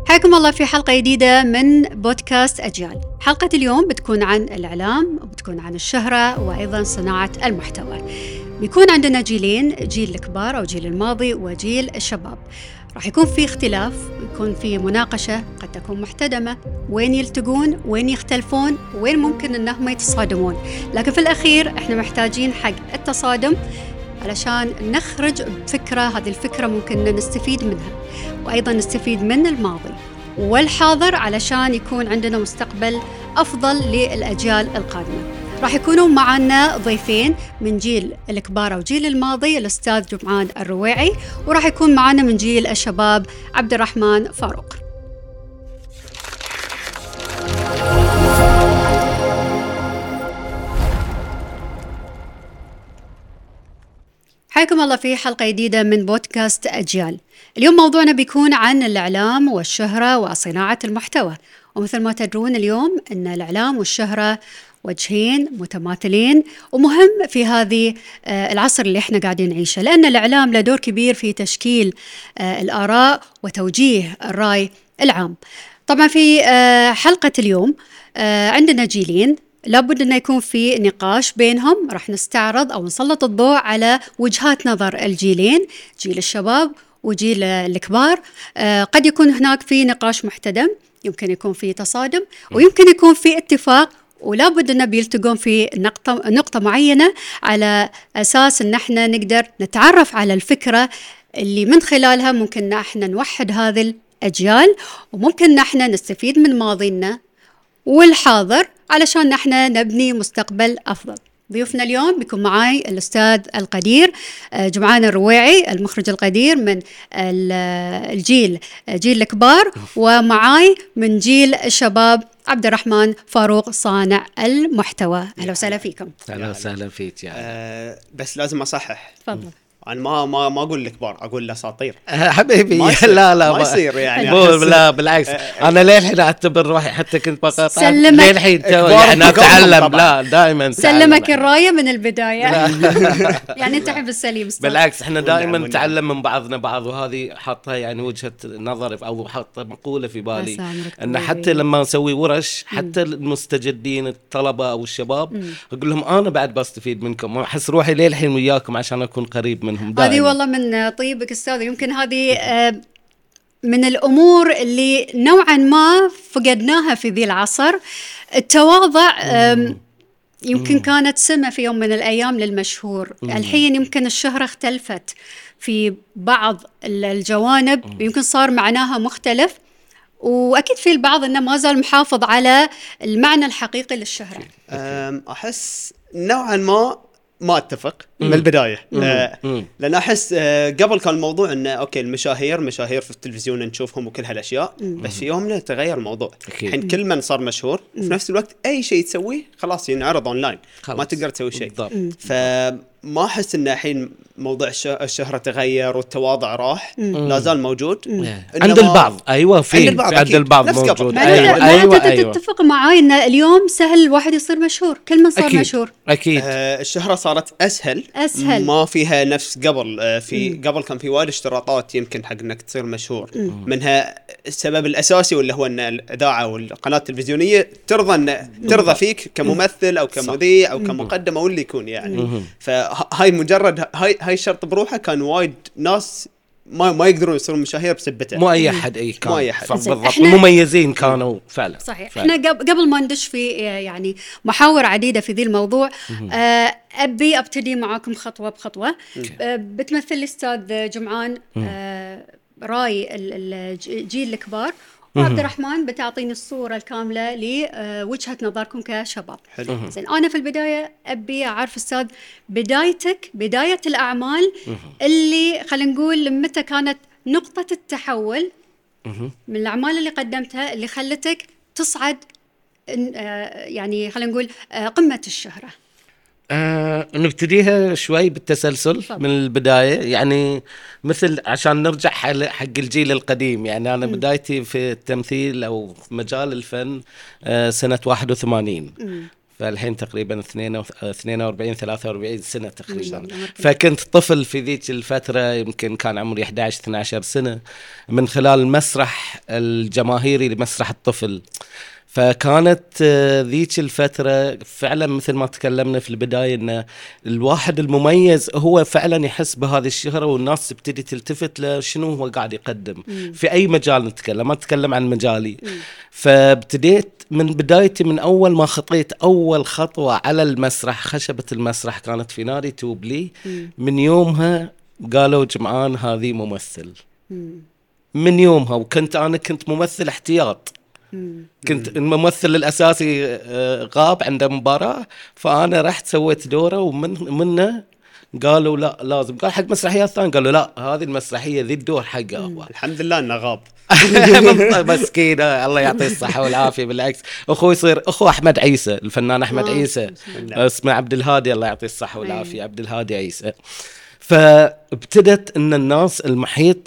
حياكم الله في حلقة جديدة من بودكاست أجيال. حلقة اليوم بتكون عن الإعلام وبتكون عن الشهرة وأيضا صناعة المحتوى. بيكون عندنا جيلين، جيل الكبار أو جيل الماضي وجيل الشباب. راح يكون في اختلاف، يكون في مناقشة قد تكون محتدمة، وين يلتقون، وين يختلفون، وين ممكن أنهم يتصادمون. لكن في الأخير إحنا محتاجين حق التصادم علشان نخرج بفكرة، هذه الفكرة ممكن نستفيد منها وأيضا نستفيد من الماضي والحاضر علشان يكون عندنا مستقبل أفضل للأجيال القادمة. راح يكونوا معنا ضيفين من جيل الكبار أو جيل الماضي، الأستاذ جمعان الرويعي، وراح يكون معنا من جيل الشباب عبد الرحمن فاروق. حياكم الله في حلقة جديدة من بودكاست أجيال. اليوم موضوعنا بيكون عن الإعلام والشهرة وصناعة المحتوى. ومثل ما تدرون اليوم أن الإعلام والشهرة وجهين متماثلين ومهم في هذه العصر اللي احنا قاعدين نعيشه، لأن الإعلام له دور كبير في تشكيل الآراء وتوجيه الرأي العام. طبعا في حلقة اليوم عندنا جيلين، لابد أن يكون في نقاش بينهم. راح نستعرض أو نسلط الضوء على وجهات نظر الجيلين، جيل الشباب وجيل الكبار. قد يكون هناك في نقاش محتدم، يمكن يكون في تصادم ويمكن يكون في اتفاق، ولا بد أن بيلتقون في نقطة معينة على أساس أن احنا نقدر نتعرف على الفكرة اللي من خلالها ممكن احنا نوحد هذه الأجيال، وممكن احنا نستفيد من ماضينا والحاضر علشان احنا نبني مستقبل أفضل. ضيوفنا اليوم بيكون معاي الأستاذ القدير جمعان الرويعي، المخرج القدير من جيل الكبار، ومعاي من جيل الشباب عبد الرحمن فاروق صانع المحتوى. أهلا وسهلا فيكم. أهلا وسهلا فيك يعني. بس لازم أصحح. تفضل. أنا ما أقول الكبار، أقول الأساطير. حبيبي لا ما يصير يعني. لا بالعكس، أنا للحين أعتبر روحي حتى كنت بقاطع للحين يعني أتعلم. لا دائما سلمك الراية من البداية. يعني أنت حب السليم. بالعكس احنا دائما نتعلم من بعضنا بعض، وهذه حاطها يعني وجهة نظر أو حاطة مقولة في بالي أن حتى لما نسوي ورش حتى المستجدين الطلبة أو الشباب أقول لهم أنا بعد بستفيد منكم، أحس روحي للحين وياكم عشان أكون قريب منهم. هذه والله من طيبك أستاذ. يمكن هذه من الأمور اللي نوعا ما فقدناها في ذي العصر. التواضع يمكن كانت سمة في يوم من الأيام للمشهور. الحين يمكن الشهرة اختلفت في بعض الجوانب، يمكن صار معناها مختلف، وأكيد في البعض أنه ما زال محافظ على المعنى الحقيقي للشهرة. أحس نوعا ما اتفق من البدايه. لان احس قبل كان الموضوع انه اوكي المشاهير في التلفزيون نشوفهم وكل هالاشياء، بس في يومنا تغير الموضوع. الحين كل من صار مشهور وفي نفس الوقت اي شيء تسويه خلاص ينعرض اونلاين، ما تقدر تسوي شيء. فما احس ان الحين موضوع الشهرة تغير والتواضع راح، لا زال موجود عند البعض. ايوه في عند البعض موجود. ايوه تتفق معاي ان اليوم سهل الواحد يصير مشهور، كل من صار مشهور اكيد. الشهرة صارت اسهل ما فيها نفس قبل. قبل كان في وايد اشتراطات يمكن حق انك تصير مشهور، منها السبب الاساسي واللي هو ان الاذاعه والقناه التلفزيونيه ترضى فيك كممثل او كمذيع او كمقدم او اللي يكون يعني. فهاي مجرد هاي الشرط بروحه كان وايد ناس ما يقدرون يصيرون مشاهير بسبته. مو اي احد كان. مو اي احد بالضبط. مميزين كانوا فعلا. صحيح. احنا قبل ما ندش في يعني محاور عديدة في ذي الموضوع، ابي ابتدي معاكم خطوة بخطوة. بتمثل الاستاذ جمعان راي الجيل الكبار، وعبد الرحمن بتعطيني الصورة الكاملة لوجهة نظركم كشباب. زين، أنا في البداية أبي أعرف أستاذ بداية الأعمال اللي خلينا نقول متى كانت نقطة التحول من الأعمال اللي قدمتها اللي خلتك تصعد يعني خلينا نقول قمة الشهرة. نبتديها شوي بالتسلسل من البداية، يعني مثل عشان نرجع حق الجيل القديم. يعني أنا بدايتي في التمثيل أو في مجال الفن سنة 81. فالحين تقريبا 42 43 سنة تقريبا. فكنت طفل في ذيك الفترة، يمكن كان عمري 11 12 سنة، من خلال المسرح الجماهيري لمسرح الطفل. فكانت ذيك الفترة فعلا مثل ما تكلمنا في البداية، ان الواحد المميز هو فعلا يحس بهذه الشهرة، والناس تبتدي تلتفت له شنو هو قاعد يقدم في اي مجال نتكلم، ما اتكلم عن مجالي. فابتديت من بدايتي، من اول ما خطيت اول خطوة على المسرح، خشبة المسرح كانت في نادي توبلي. من يومها قالوا جمعان هذه ممثل. من يومها، وكنت انا كنت ممثل احتياط، كنت الممثل الأساسي غاب عنده مباراة، فأنا رحت سويت دوره، ومنه قالوا لا لازم، قال حق مسرحيات ثانية، قالوا لا هذه المسرحية ذي الدور حقه. الحمد لله انه غاب. مسكين الله يعطيه الصحة والعافية. بالعكس أخوي يصير أخو أحمد عيسى، الفنان أحمد عيسى، اسمه عبد الهادي الله يعطيه الصحة والعافية، عبد الهادي عيسى. فابتدت ان الناس المحيط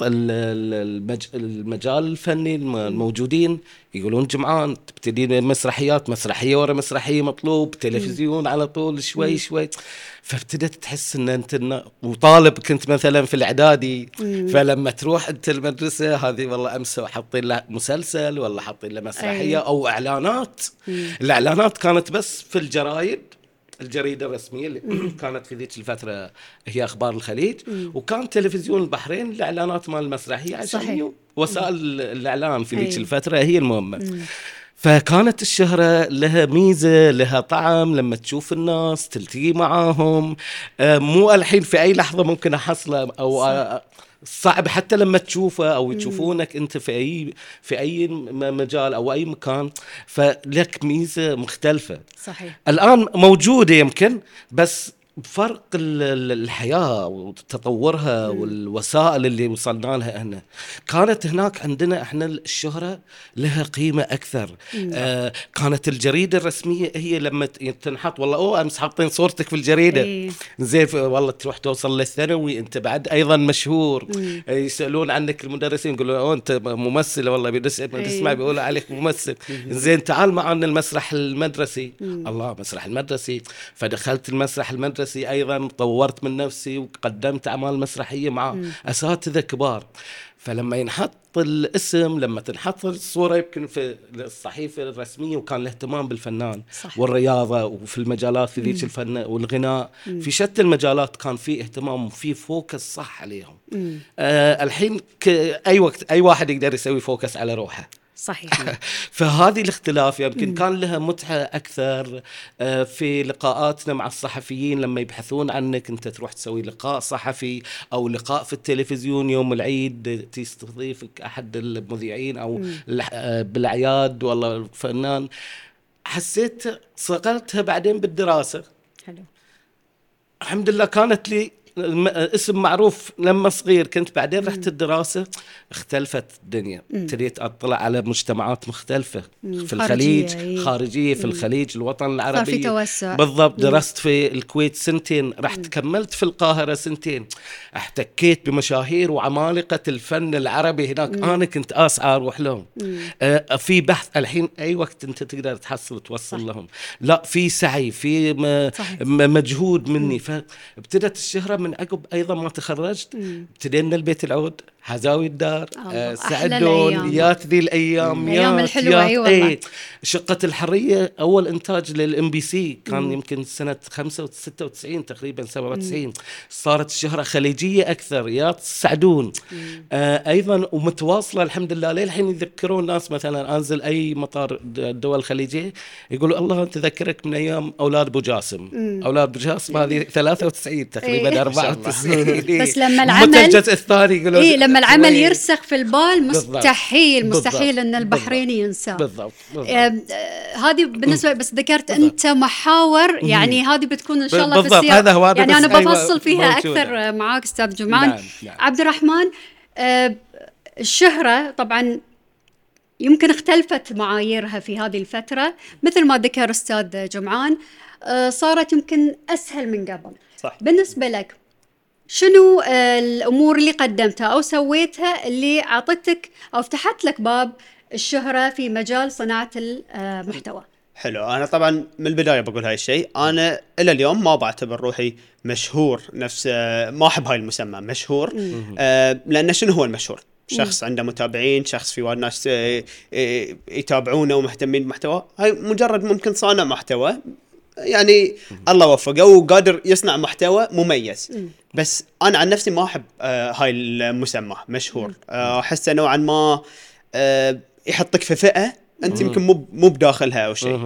المجال الفني الموجودين يقولون جمعان تبتدين مسرحيات، مسرحيه ورا مسرحيه، مطلوب تلفزيون على طول شوي شوي. فابتدت تحس ان انت وطالب كنت مثلا في الاعدادي، فلما تروح انت المدرسه هذه والله امس حاطين له مسلسل ولا حاطين له مسرحيه او اعلانات. الاعلانات كانت بس في الجرايد، الجريدة الرسمية اللي كانت في ذيك الفترة هي أخبار الخليج، وكان تلفزيون البحرين الإعلانات مال المسرحية، عشان وسائل الإعلان في ذيك الفترة هي المهمة. فكانت الشهرة لها ميزة، لها طعم، لما تشوف الناس تلتقي معاهم. مو الحين في أي لحظة ممكن أحصله، أو صعب حتى لما تشوفه أو يشوفونك أنت في أي مجال أو أي مكان، فلك ميزة مختلفة. صحيح. الآن موجودة يمكن، بس بفرق الحياة وتطورها والوسائل اللي وصلنا لها هنا. كانت هناك عندنا احنا الشهرة لها قيمة أكثر. كانت الجريدة الرسمية هي لما تنحط والله أمس حاطين صورتك في الجريدة زين، والله تروح توصل للثانوي أنت بعد أيضا مشهور. يسألون عنك المدرسين يقولون أنت ممثل، والله بتسمع بيقولوا عليك ممثل. زين تعال معنا المسرح المدرسي. الله مسرح المدرسي. فدخلت المسرح المدرسي أيضا، طورت من نفسي وقدمت أعمال مسرحية مع أساتذة كبار. فلما ينحط الاسم، لما تنحط الصورة يمكن في الصحيفة الرسمية، وكان الاهتمام بالفنان صح. والرياضة وفي المجالات في ذيك الفن والغناء، في شتى المجالات كان في اهتمام وفي فوكس صح عليهم. الحين أي وقت أي واحد يقدر يسوي فوكس على روحه. صحيح. فهذه الاختلاف يمكن كان لها متعة أكثر. في لقاءاتنا مع الصحفيين لما يبحثون عنك، أنت تروح تسوي لقاء صحفي أو لقاء في التلفزيون يوم العيد، تستضيفك أحد المذيعين أو بالأعياد والله الفنان. حسيت صقلتها بعدين بالدراسة. حلو. الحمد لله كانت لي اسم معروف لما صغير كنت، بعدين رحت الدراسة اختلفت الدنيا. ابتديت أطلع على مجتمعات مختلفة في الخليج، خارجية في الخليج، الوطن العربي. صار في توسع. بالضبط. درست في الكويت سنتين، رحت كملت في القاهرة سنتين، احتكيت بمشاهير وعمالقة الفن العربي هناك. أنا كنت أسعى أروح لهم. في بحث الحين أي وقت أنت تقدر تحصل وتوصل لهم، لا في سعي، في مجهود مني. فابتدت الشهرة من عقب أيضا ما تخرجت. ابتدينا البيت العود، حزاوي الدار، سعدون، يات ذي الأيام الحلوة. أيوة. شقة الحرية أول إنتاج للإم بي سي كان يمكن سنة 96 تقريبا 97. صارت الشهرة خليجية أكثر، يات سعدون. أيضا ومتواصلة الحمد لله. للحين يذكرون الناس مثلا أنزل أي مطار الدول الخليجية يقولوا الله تذكرك من أيام أولاد أبو جاسم. أولاد أبو جاسم هذه 93 تقريبا 94. بس لما العمل الثاني يقولون لما العمل يرسخ في البال مستحيل ان البحريني ينسى. بالضبط. هذه بالنسبه، بس ذكرت انت محاور، يعني هذه بتكون ان شاء الله بالضبط. في السياق، يعني انا بفصل فيها موجودة. اكثر معاك استاذ جمعان. نعم. عبد الرحمن، الشهرة طبعا يمكن اختلفت معاييرها في هذه الفترة، مثل ما ذكر استاذ جمعان، صارت يمكن اسهل من قبل. صح. بالنسبة لك شنو الأمور اللي قدمتها أو سويتها اللي عطتك أو فتحت لك باب الشهرة في مجال صناعة المحتوى؟ حلو. انا طبعا من البدايه بقول هاي الشيء، انا الى اليوم ما بعتبر روحي مشهور، نفس ما احب هاي المسمى مشهور. لان شنو هو المشهور؟ شخص عنده متابعين، شخص في وايد ناس يتابعونه ومهتمين بمحتوى. هاي مجرد ممكن صانع محتوى يعني الله وفقه وقادر يصنع محتوى مميز. بس انا عن نفسي ما احب هاي المسمى مشهور. احسه نوعا ما يحطك في فئة انت يمكن مو بداخلها او شيء.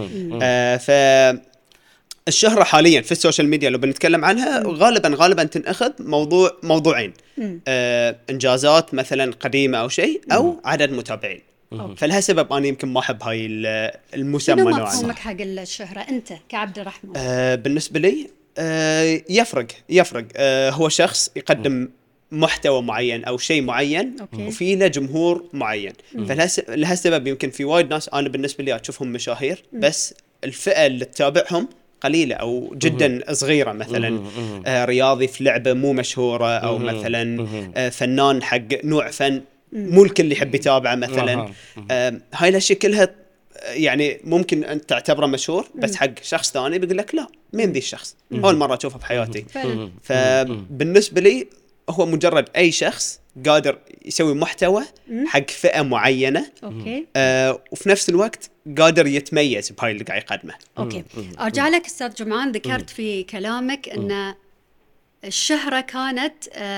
فالشهرة حاليا في السوشيال ميديا لو بنتكلم عنها غالبا تنأخذ موضوعين. انجازات مثلا قديمة او شيء، او عدد متابعين. فلها سبب انا يمكن ما احب هاي المسمى نوعا. شنو مفهومك حق الشهرة انت كعبد الرحمن؟ بالنسبة لي يفرق. هو شخص يقدم محتوى معين او شيء معين، وفي له جمهور معين. فلها سبب يمكن في وايد ناس انا بالنسبة لي اشوفهم مشاهير، بس الفئة اللي تتابعهم قليلة أو جدا صغيرة. مثلا رياضي في لعبة مو مشهورة، أو مثلا فنان حق نوع فن مو الكل يحب يتابعه مثلا. هاي الأشياء كلها يعني ممكن أن تعتبره مشهور، بس حق شخص ثاني بيقول لك لا، مين ذي الشخص؟ أول مرة أشوفه بحياتي. فبالنسبة لي هو مجرد أي شخص قادر يسوي محتوى حق فئة معينة، وفي نفس الوقت قادر يتميز بهاي اللي قاعد يقدمه. أوكي. أرجع لك أستاذ جمعان، ذكرت في كلامك أن الشهرة كانت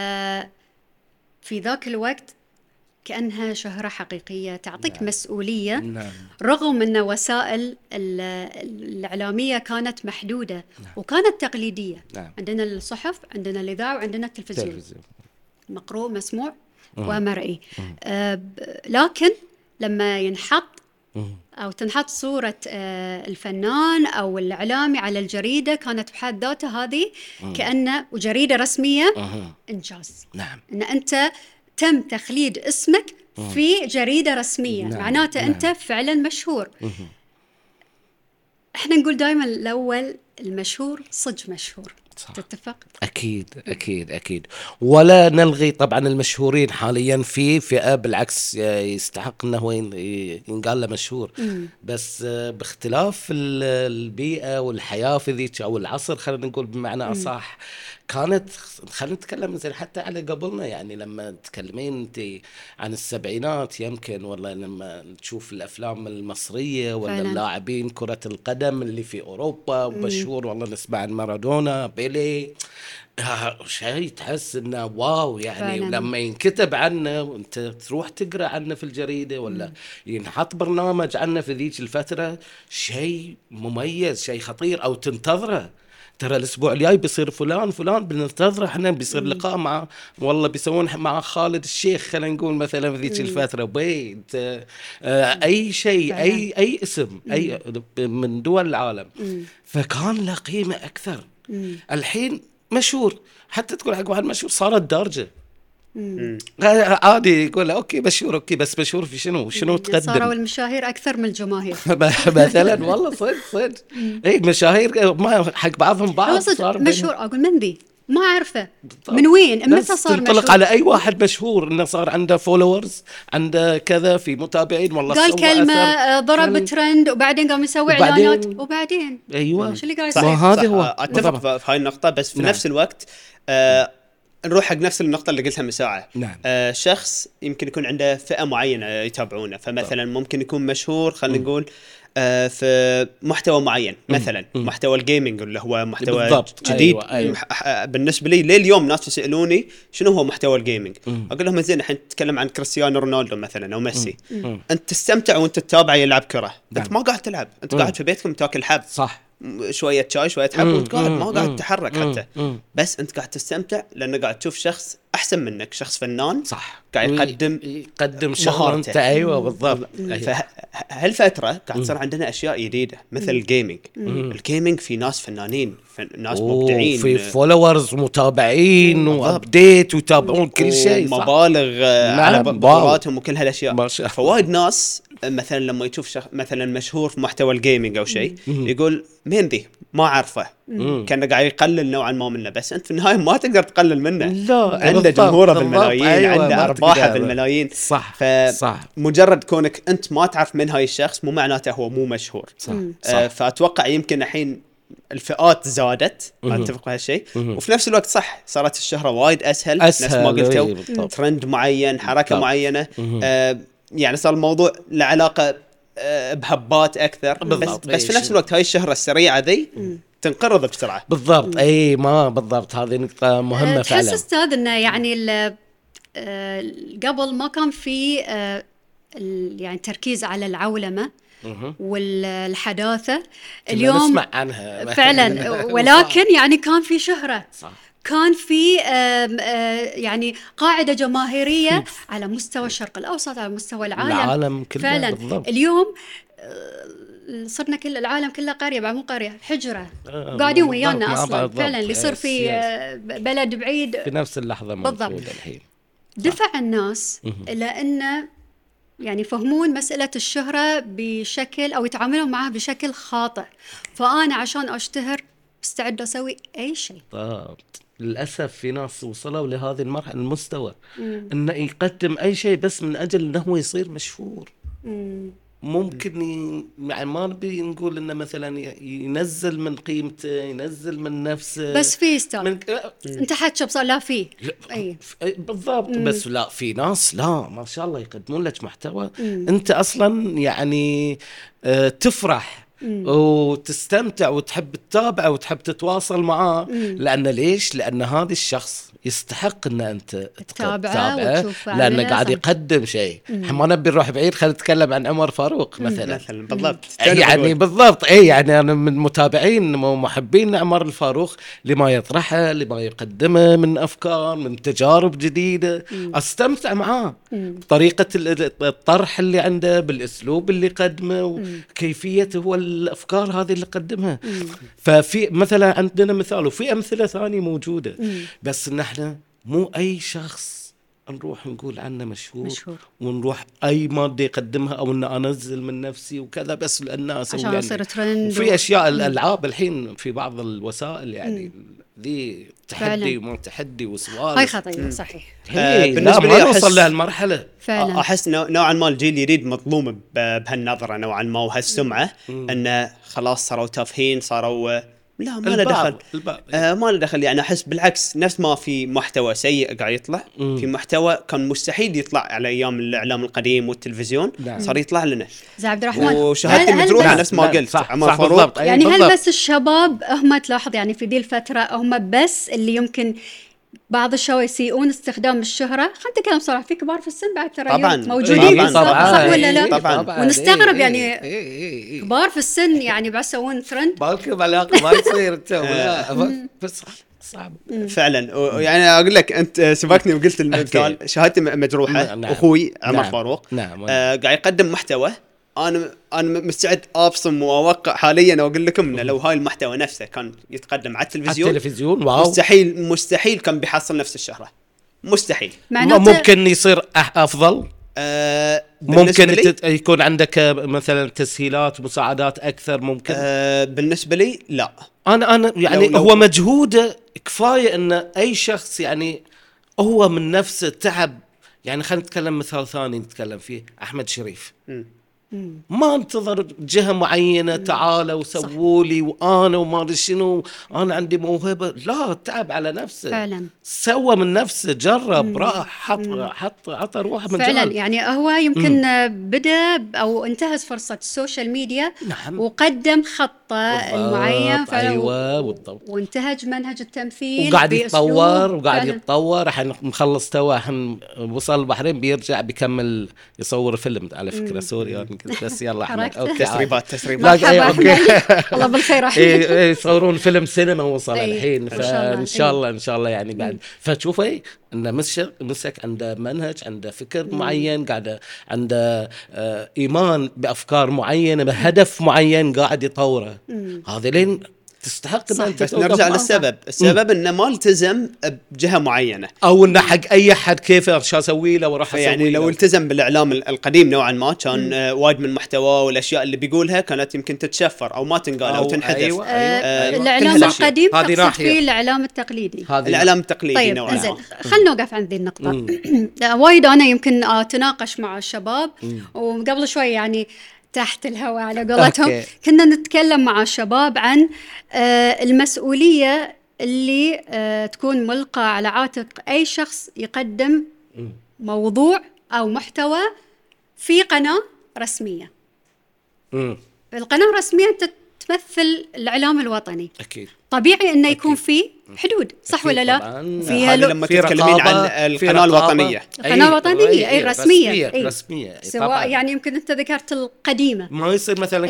في ذاك الوقت كأنها شهرة حقيقية تعطيك مسؤولية. رغم أن وسائل الإعلامية كانت محدودة وكانت تقليدية. عندنا الصحف، عندنا الإذاعة، وعندنا التلفزيون. مقروء، مسموع، ومرئي. لكن لما ينحط أو تنحط صورة الفنان أو الإعلامي على الجريدة، كانت بحد ذاتها هذه كأنه وجريدة رسمية إنجاز. أن أنت تم تخليد اسمك في جريدة رسمية، معناته أنت فعلا مشهور. احنا نقول دائما الأول المشهور صج مشهور. صح. تتفق؟ أكيد. ولا نلغي طبعا المشهورين حاليا في فئة بالعكس يستحق أنه ينقال له مشهور. بس باختلاف البيئة والحياة في ذيك أو العصر، خلينا نقول بمعنى أصح، كانت خلينا نتكلم زين حتى على قبلنا. يعني لما تكلمين انت عن السبعينات يمكن، والله لما تشوف الافلام المصريه ولا اللاعبين كره القدم اللي في اوروبا مشهور، والله نسمع عن مارادونا، بيلي، شيء تحس انه واو يعني. لما ينكتب عنه وانت تروح تقرا عنه في الجريده ولا ينحط برنامج عنه في ذيك الفتره، شيء مميز، شيء خطير، او تنتظره. ترى الأسبوع الجاي بيصير فلان بننتظره احنا، بيصير لقاء مع، والله بيسوون مع خالد الشيخ، خلينا نقول مثلا في ذيك الفترة، بيت أي شيء، أي اسم، أي من دول العالم. فكان له قيمة أكثر. الحين مشهور، حتى تقول حق واحد مشهور صارت دارجة. عادي يقول اوكي مشهور، اوكي بس مشهور في شنو تقدم؟ صاروا المشاهير اكثر من الجماهير مثلا. والله صدق اي مشاهير ما حق بعضهم بعض صار مشهور. اقول من ذي ما اعرفه من وين، متى صار مشهور؟ تطلق على اي واحد مشهور انه صار عنده فولورز، عنده كذا في متابعين، والله قال كلمه ضرب ترند، وبعدين قام يسوي اعلانات، وبعدين ايوه ايش اللي قاعد يصير؟ هذا هو. اتفق في هاي النقطه، بس في نفس الوقت نروح حق نفس النقطة اللي قلتها من ساعة. شخص يمكن يكون عنده فئة معينة يتابعونه، فمثلا ممكن يكون مشهور، خلينا نقول في محتوى معين، مثلا محتوى الجيمنج اللي هو محتوى بالضبط. جديد. أيوة. بالنسبة لي لليوم ناس يسألوني شنو هو محتوى الجيمنج، أقول لهم زين الحين نتكلم عن كريستيانو رونالدو مثلا أو ميسي. أنت تستمتع وأنت تتابع يلعب كرة. أنت ما قاعد تلعب، أنت قاعد في بيتكم تاكل حب، صح، شوية شاي شوية حب، وتقعد ما قاعد تتحرك حتى، بس أنت قاعد تستمتع لأنه قاعد تشوف شخص أحسن منك، شخص فنان، صح، قاعد يقدم مهارته. أيوة بالضبط. فهالفترة قاعد تصير عندنا أشياء جديدة مثل الجيمينج. الجيمينج في ناس فنانين، ناس مبدعين، في فولورز ومتابعين وابديت ويتابعون كل شيء، مبالغ على بطولاتهم وكل هالأشياء. فوايد ناس مثلا لما يشوف مثلا مشهور في محتوى الجيمينج أو شيء يقول مين ذي، ما اعرفه كان قاعد يقلل نوعا ما منه، بس انت في النهايه ما تقدر تقلل منه. لا، عنده جمهوره بالملايين، أيوة، عنده ارباحه بالملايين. صح. فمجرد كونك انت ما تعرف من هاي الشخص مو معناته هو مو مشهور. صح. فاتوقع يمكن الحين الفئات زادت، اتفق بهالشيء. وفي نفس الوقت صح صارت الشهره وايد اسهل نفس ما قلتوا، ترند معين، حركه معينه. يعني صار الموضوع له علاقه بهبات اكثر. بس في نفس الوقت هاي الشهره السريعه ذي تنقرض بسرعه. بالضبط. اي ما بالضبط، هذه نقطه مهمه فعلا. تحس استاذ انه يعني قبل ما كان في يعني تركيز على العولمه والحداثه. اليوم نسمع عنها فعلا، ولكن يعني كان في شهره. صح. كان في يعني قاعدة جماهيرية على مستوى الشرق الأوسط، على مستوى العالم كله فعلا. بالضبط. اليوم صرنا كل العالم كله قرية بعد مو قرية، حجرة قاعدين ويانا أصلا فعلا. اللي يصير في بلد بعيد في نفس اللحظة موجود الحين. دفع الناس إلى أن يعني يفهمون مسألة الشهرة بشكل أو يتعاملون معها بشكل خاطئ. فأنا عشان أشتهر استعد أسوي أي شيء. للأسف في ناس وصلوا لهذه المرحلة المستوى إنه يقدم أي شيء بس من أجل إنه هو يصير مشهور. ممكن يعني ما نبي نقول إنه مثلا ينزل من قيمته، ينزل من نفسه، بس في استاذ أنت حتشب صار لا فيه أي بالضبط. بس لا، في ناس لا ما شاء الله يقدمون لك محتوى أنت أصلا يعني تفرح وتستمتع وتحب تتابعه وتحب تتواصل معاه. لأن ليش؟ لأن هذا الشخص يستحق أن أنت تتابعه لأنه قاعد يقدم شيء. ما نبي نروح بعيد، خلينا نتكلم عن عمر فاروق مثلا. بالضبط. يعني بالضبط. يعني أنا من متابعين ومحبين عمر الفاروق لما يطرحه، لما يقدمه من أفكار، من تجارب جديدة. أستمتع معاه بطريقة الطرح اللي عنده، بالأسلوب اللي قدمه، وكيفية هو الأفكار هذه اللي قدمها. ففي مثلا عندنا مثال وفي أمثلة ثانية موجودة. بس نحن مو أي شخص نروح نقول عنه مشهور. ونروح أي مادة يقدمها أو أن أنزل من نفسي وكذا بس لأن عشان أصير ترند. وفي أشياء الألعاب الحين في بعض الوسائل يعني ذي تحدي وما تحدي وسؤال. هاي خطيرة صحيح. بالنسبة لي نوصل لهالمرحلة فعلا. أحس نوعا ما الجيل يريد مظلوم بهالنظرة نوعا ما وهالسمعة أنه خلاص صاروا تافهين، صاروا لا ما له دخل. ما له دخل. يعني أحس بالعكس، نفس ما في محتوى سيء قاعد يطلع، في محتوى كان مستحيل يطلع على أيام الإعلام القديم والتلفزيون صار يطلع لنا. زي عبد الرحمن وشهادتي مجروحة نفس ما قلت عمر فاروق. يعني هل بس الشباب هم تلاحظ يعني في دي الفترة هم بس اللي يمكن بعض الشباب يسيئون استخدام الشهرة؟ خلينا نتكلم صراحة، في كبار في السن بعد ترى موجودين صح ولا لا؟ طبعا. ونستغرب يعني كبار في السن يعني بعد يسوون ترند. بالكم علاقة ما يصير بس صعب فعلا. يعني اقول لك انت سبقتني وقلت المثال شهادتي مجروحة. اخوي عمر فاروق قاعد يقدم محتوى. أنا مستعد أبصم وأوقع حاليا وأقول لكم إن لو هاي المحتوى نفسه كان يتقدم على التلفزيون واو. مستحيل كان بيحصل نفس الشهرة. مستحيل. ممكن يصير أفضل. ممكن يكون عندك مثلا تسهيلات ومساعدات أكثر. ممكن بالنسبة لي لا. أنا يعني لو هو مجهوده كفاية إن أي شخص يعني هو من نفسه تعب. يعني خلينا نتكلم مثال ثاني نتكلم فيه، أحمد شريف. ما انتظر جهة معينة تعالوا وسووا لي وأنا وما أدري شنو أنا عندي موهبة. لا، تعب على نفسه فعلا، سوى من نفسه، جرب، راح حط روحه من فعلا. يعني هو يمكن بدأ أو انتهز فرصة السوشيال ميديا. نعم. وقدم خطة المعين فعلا. أيوة. وانتهج منهج التمثيل وقاعد يتطور الحين مخلص توه. وصل البحرين بيرجع بيكمل يصور فيلم على فكرة سوري يعني بس يلا احمد اوكي تسريبات والله بالخير يصورون فيلم سينما وصل الحين. فان شاء الله يعني بعد فتشوفي انه مسك عنده منهج، عنده فكر معين، قاعد عنده ايمان بافكار معينه، بهدف معين قاعد يطوره. هذا لين تستحق ان انت بس نرجع للسبب. السبب انه ما التزم بجهه معينه، او انه حق اي حد كيف شو اسوي له وراح اسوي يعني لو التزم بالاعلام القديم نوعا ما كان وايد من المحتوى والاشياء اللي بيقولها كانت يمكن تتشفر او ما تنقال او تنحذف. أيوة. الاعلام القديم تقصد فيه الاعلام التقليدي. الاعلام التقليدي. طيب انزين خلينا نوقف عند ذي النقطه. وايد انا يمكن اتناقش مع الشباب، وقبل شوي يعني تحت الهواء على قولتهم كنا نتكلم مع الشباب عن المسؤولية اللي تكون ملقى على عاتق أي شخص يقدم موضوع أو محتوى في قناة رسمية. القناة الرسمية تمثل الإعلام الوطني، أكيد طبيعي إنه يكون فيه حدود، صح ولا لا؟ فيها لما تتكلمين عن القناة الوطنية، القناة الوطنية أي رسمية، رسمية سواء يعني يمكن أنت ذكرت القديمة، ما يصير مثلا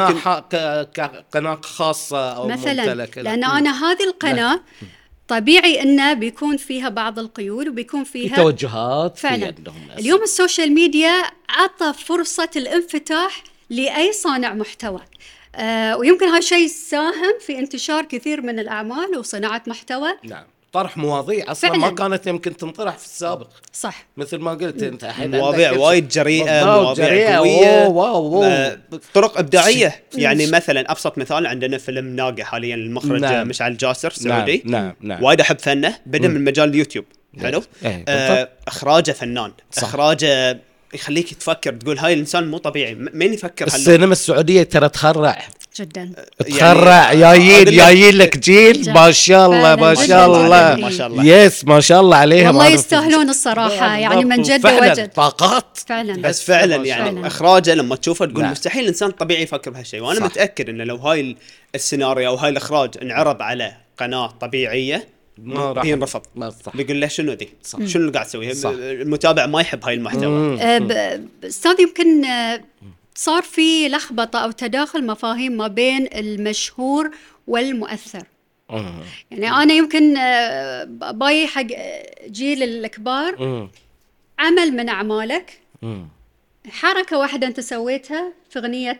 كقناة خاصة أو مثلا ممتلكة، لأن أنا هذه القناة طبيعي إنه بيكون فيها بعض القيود وبيكون فيها توجهات فعلا. اليوم السوشيال ميديا عطى فرصة الانفتاح لأي صانع محتوى، ويمكن هذا الشيء ساهم في انتشار كثير من الأعمال وصناعة محتوى. نعم، طرح مواضيع أصلا فعلاً. ما كانت يمكن تنطرح في السابق. صح، مثل ما قلت أنت الحين مواضيع وايد جريئة، مواضيع قوية، طرق إبداعية. يعني مثلا أبسط مثال عندنا فيلم ناقة حاليا المخرج مشعل الجاسر سعودي. نعم. وايد أحب فنه، بدأ من مجال اليوتيوب. حلو. إخراجه فنان، إخراجه يخليك تفكر، تقول هاي الإنسان مو طبيعي، مين يفكر السينما السعودية ترى تخرع جدا، تخرع. جايين لك جيل ما شاء الله ما شاء الله ما شاء الله. يس ما شاء الله عليهم، والله يستاهلون الصراحة، يعني من جد وجد طاقات فعلا. بس فعلا يعني إخراجه لما تشوفه تقول مستحيل الإنسان طبيعي يفكر بهالشيء. وأنا متأكد إنه لو هاي السيناريو أو هاي الإخراج انعرض على قناة طبيعية بينرفض، بيقول له شنو دي، شنو اللي قاعد تسويه، المتابع ما يحب هاي المحتوى. أستاذ يمكن صار في لخبطة أو تداخل مفاهيم ما بين المشهور والمؤثر. يعني أنا يمكن باي حق جيل الكبار عمل من أعمالك، حركة واحدة أنت سويتها في أغنية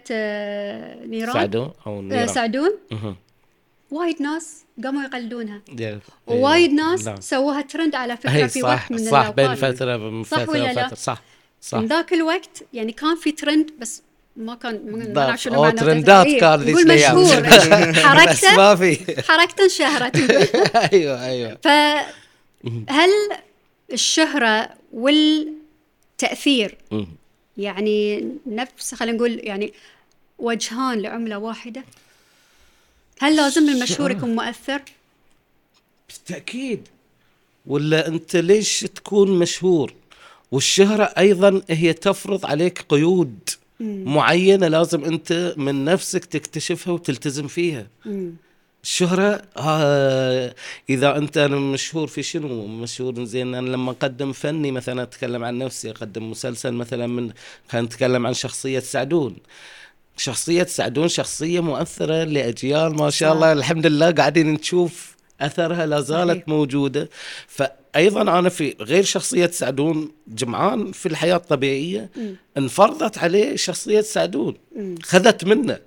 نيران سعدون وايد ناس قاموا يقلدونها، ووايد ناس سووها ترند على فكرة في وقت من الأوقات. بين فترة صح ولا لا؟ صح. من ذاك الوقت يعني كان في ترند، بس ما كان ما شنو معناته ترندات كان ذي مشهور حركته انشهرت. ايوه. فهل الشهرة والتأثير يعني نفس، خلينا نقول يعني وجهان لعملة واحدة؟ هل لازم المشهور يكون مؤثر؟ بالتأكيد، ولا أنت ليش تكون مشهور؟ والشهرة أيضا هي تفرض عليك قيود معينة لازم أنت من نفسك تكتشفها وتلتزم فيها. الشهرة إذا أنت مشهور في شنو مشهور؟ زين أنا لما أقدم فني مثلا أتكلم عن نفسي، أقدم مسلسل مثلا خلينا نتكلم عن شخصية سعدون. شخصية سعدون شخصية مؤثرة لأجيال ما شاء الله، الحمد لله قاعدين نشوف أثرها لا زالت موجودة. فأيضا أنا في غير شخصية سعدون جمعان في الحياة الطبيعية انفرضت عليه شخصية سعدون، خذت منه.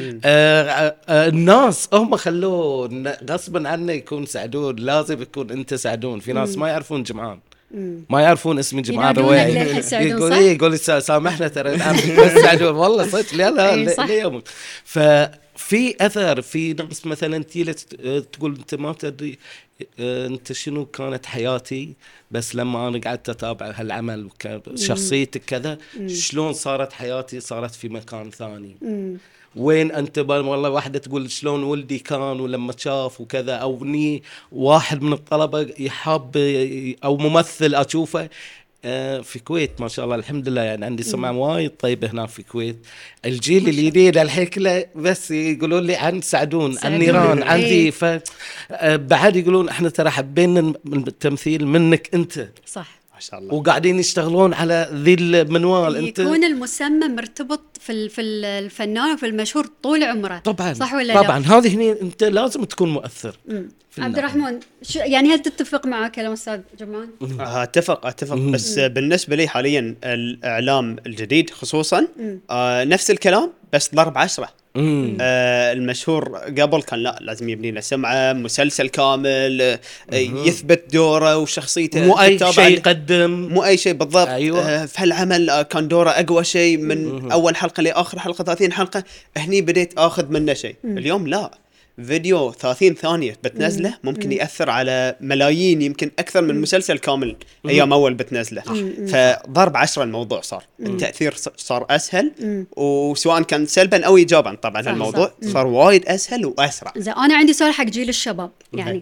الناس هم خلوه غصبا عنه يكون سعدون، لازم يكون أنت سعدون. في ناس ما يعرفون جمعان، ما يعرفون اسم جمعان روائي، يقول سامحنا ترى بس سعدون والله صدق لا اليوم. ففي أثر في ناس مثلا تيجي تقول أنت ما تدري أنت شنو كانت حياتي، بس لما أنا قعدت أتابع هالعمل شخصيتك كذا شلون صارت حياتي، صارت في مكان ثاني. وين أنت والله واحدة تقول شلون ولدي كان ولما شاف وكذا، أو ني واحد من الطلبة يحب أو ممثل أشوفه في الكويت ما شاء الله الحمد لله، يعني عندي سمعة وايد طيبة هنا في الكويت. الجيل الجديد الحين كله بس يقولون لي عن سعدون عن نيران عندي، فبعد يقولون احنا ترى حبينا التمثيل منك انت، صح ما شاء الله، وقاعدين يشتغلون على ذي المنوال. يكون المسمى مرتبط في الفنان وفي المشهور طول عمره. طبعا صح ولا طبعا لا؟ هذه هنا انت لازم تكون مؤثر. عبد الرحمن يعني هل تتفق مع كلام أستاذ جمعان؟ اتفق بس بالنسبة لي حاليا الإعلام الجديد خصوصا نفس الكلام بس ضرب 10. المشهور قبل كان لا لازم يبني له سمعة، مسلسل كامل، يثبت دوره وشخصيته، مو أي شيء يقدم، مو أي شيء بالضبط. أيوة. في هالعمل كان دوره أقوى شيء من أول حلقة لآخر حلقة 30 حلقة، هني بديت أخذ منه شيء. اليوم لا، فيديو 30 ثانية بتنزله ممكن يأثر على ملايين، يمكن أكثر من مسلسل كامل أيام أول بتنزله. فضرب 10 الموضوع صار التأثير صار أسهل، وسواء كان سلبا أو إيجابا طبعا الموضوع صار وايد أسهل وأسرع. أنا عندي سؤال حق جيل الشباب يعني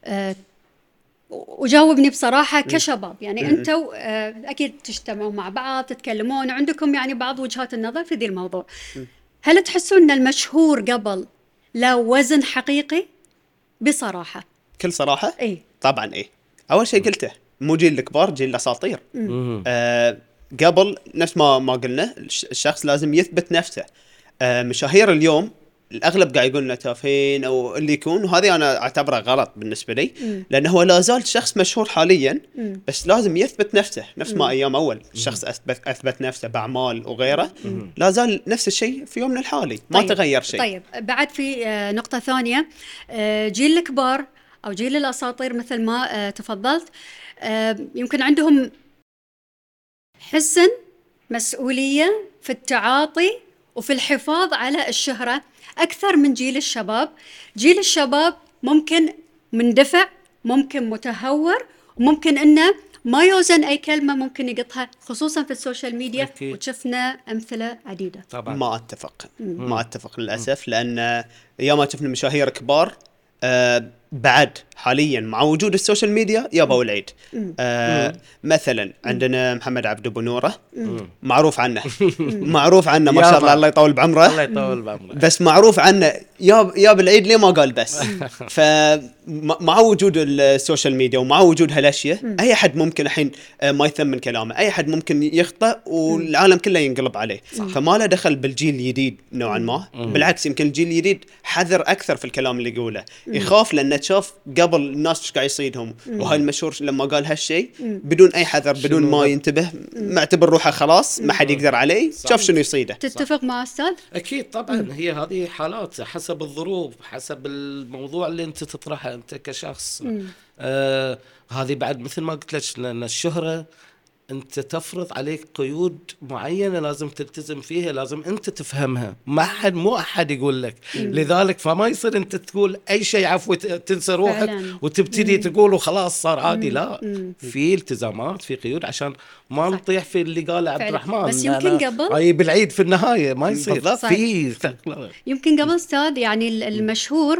وجاوبني بصراحة كشباب يعني أنتوا أكيد تجتمعوا مع بعض تتكلمون وعندكم يعني بعض وجهات النظر في ذي الموضوع. هل تحسون أن المشهور قبل لا وزن حقيقي؟ بصراحة كل صراحة إيه؟ طبعا إيه. أول شيء قلته مو جيل الكبار، جيل الأساطير. قبل نفس ما قلنا الشخص لازم يثبت نفسه. مشاهير اليوم الأغلب قاعد يقول لنا تافهين أو اللي يكون، وهذه أنا أعتبرها غلط بالنسبة لي، لأنه هو لا زال شخص مشهور حاليا بس لازم يثبت نفسه نفس ما أيام أول الشخص أثبت نفسه بأعمال وغيره. لا زال نفس الشيء في يومنا الحالي، ما تغير شيء. طيب بعد في نقطة ثانية، جيل الكبار أو جيل الأساطير مثل ما تفضلت يمكن عندهم حسن مسؤولية في التعاطي وفي الحفاظ على الشهرة أكثر من جيل الشباب. جيل الشباب ممكن مندفع، ممكن متهور، وممكن إنه ما يوزن أي كلمة ممكن يقطها، خصوصا في السوشيال ميديا أكيد. وشفنا أمثلة عديدة. طبعا ما أتفق للأسف، لأن ياما شفنا مشاهير كبار بعد حاليا مع وجود السوشيال ميديا يابا العيد. مثلا عندنا محمد عبد أبو نورة، معروف عنه ما شاء الله، الله يطول بعمره، بس معروف عنه يا بالعيد ليه ما قال بس. فمع وجود السوشيال ميديا ومع وجود هالاشياء اي حد ممكن الحين ما يثمن كلامه، اي حد ممكن يخطئ والعالم كله ينقلب عليه. فما له دخل بالجيل الجديد نوعا ما، بالعكس يمكن الجيل الجديد حذر اكثر في الكلام اللي يقوله، يخاف لانه شاف قبل الناس ايش قاعد يصيدهم. وهاي المشهور لما قال هالشيء بدون اي حذر، بدون ما ينتبه، معتبر روحه خلاص ما حد يقدر عليه، شاف شنو يصيده. تتفق مع أستاذ؟ اكيد طبعا. هي هذه حالات حسب الظروف، حسب الموضوع اللي انت تطرحه انت كشخص. هذه بعد مثل ما قلت لك، لان الشهرة انت تفرض عليك قيود معينة لازم تلتزم فيها، لازم انت تفهمها، مو احد يقول لك. لذلك فما يصير انت تقول اي شيء عفوا تنسى روحك وتبتدي تقول وخلاص صار عادي. لا، في التزامات، في قيود عشان ما نطيح في اللي قال عبد الرحمن. بس يمكن قبل اي بالعيد في النهاية ما يصير في يمكن قبل استاذ يعني المشهور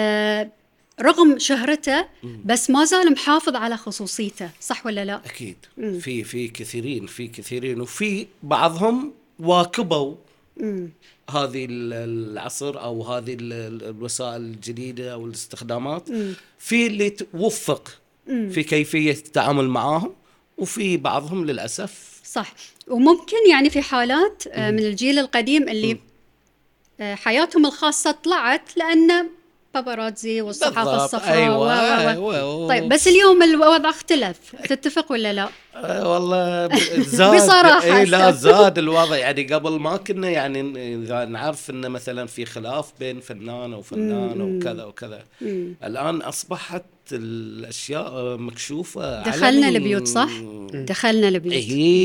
رغم شهرته بس ما زال محافظ على خصوصيته، صح ولا لا؟ أكيد. في كثيرين وفي بعضهم واكبوا هذه العصر أو هذه الوسائل الجديدة أو الاستخدامات. في اللي توفق في كيفية التعامل معهم، وفي بعضهم للأسف صح. وممكن يعني في حالات من الجيل القديم اللي حياتهم الخاصة طلعت لأن باباراتزي والصحافة الصفراء. أيوة. طيب بس اليوم الوضع اختلف، تتفق ولا لا؟ والله زاد بصراحة لا زاد الوضع. يعني قبل ما كنا يعني إذا نعرف إن مثلا في خلاف بين فنان وفنان وكذا وكذا، الآن أصبحت الأشياء مكشوفة. دخلنا البيوت، صح؟ دخلنا البيوت.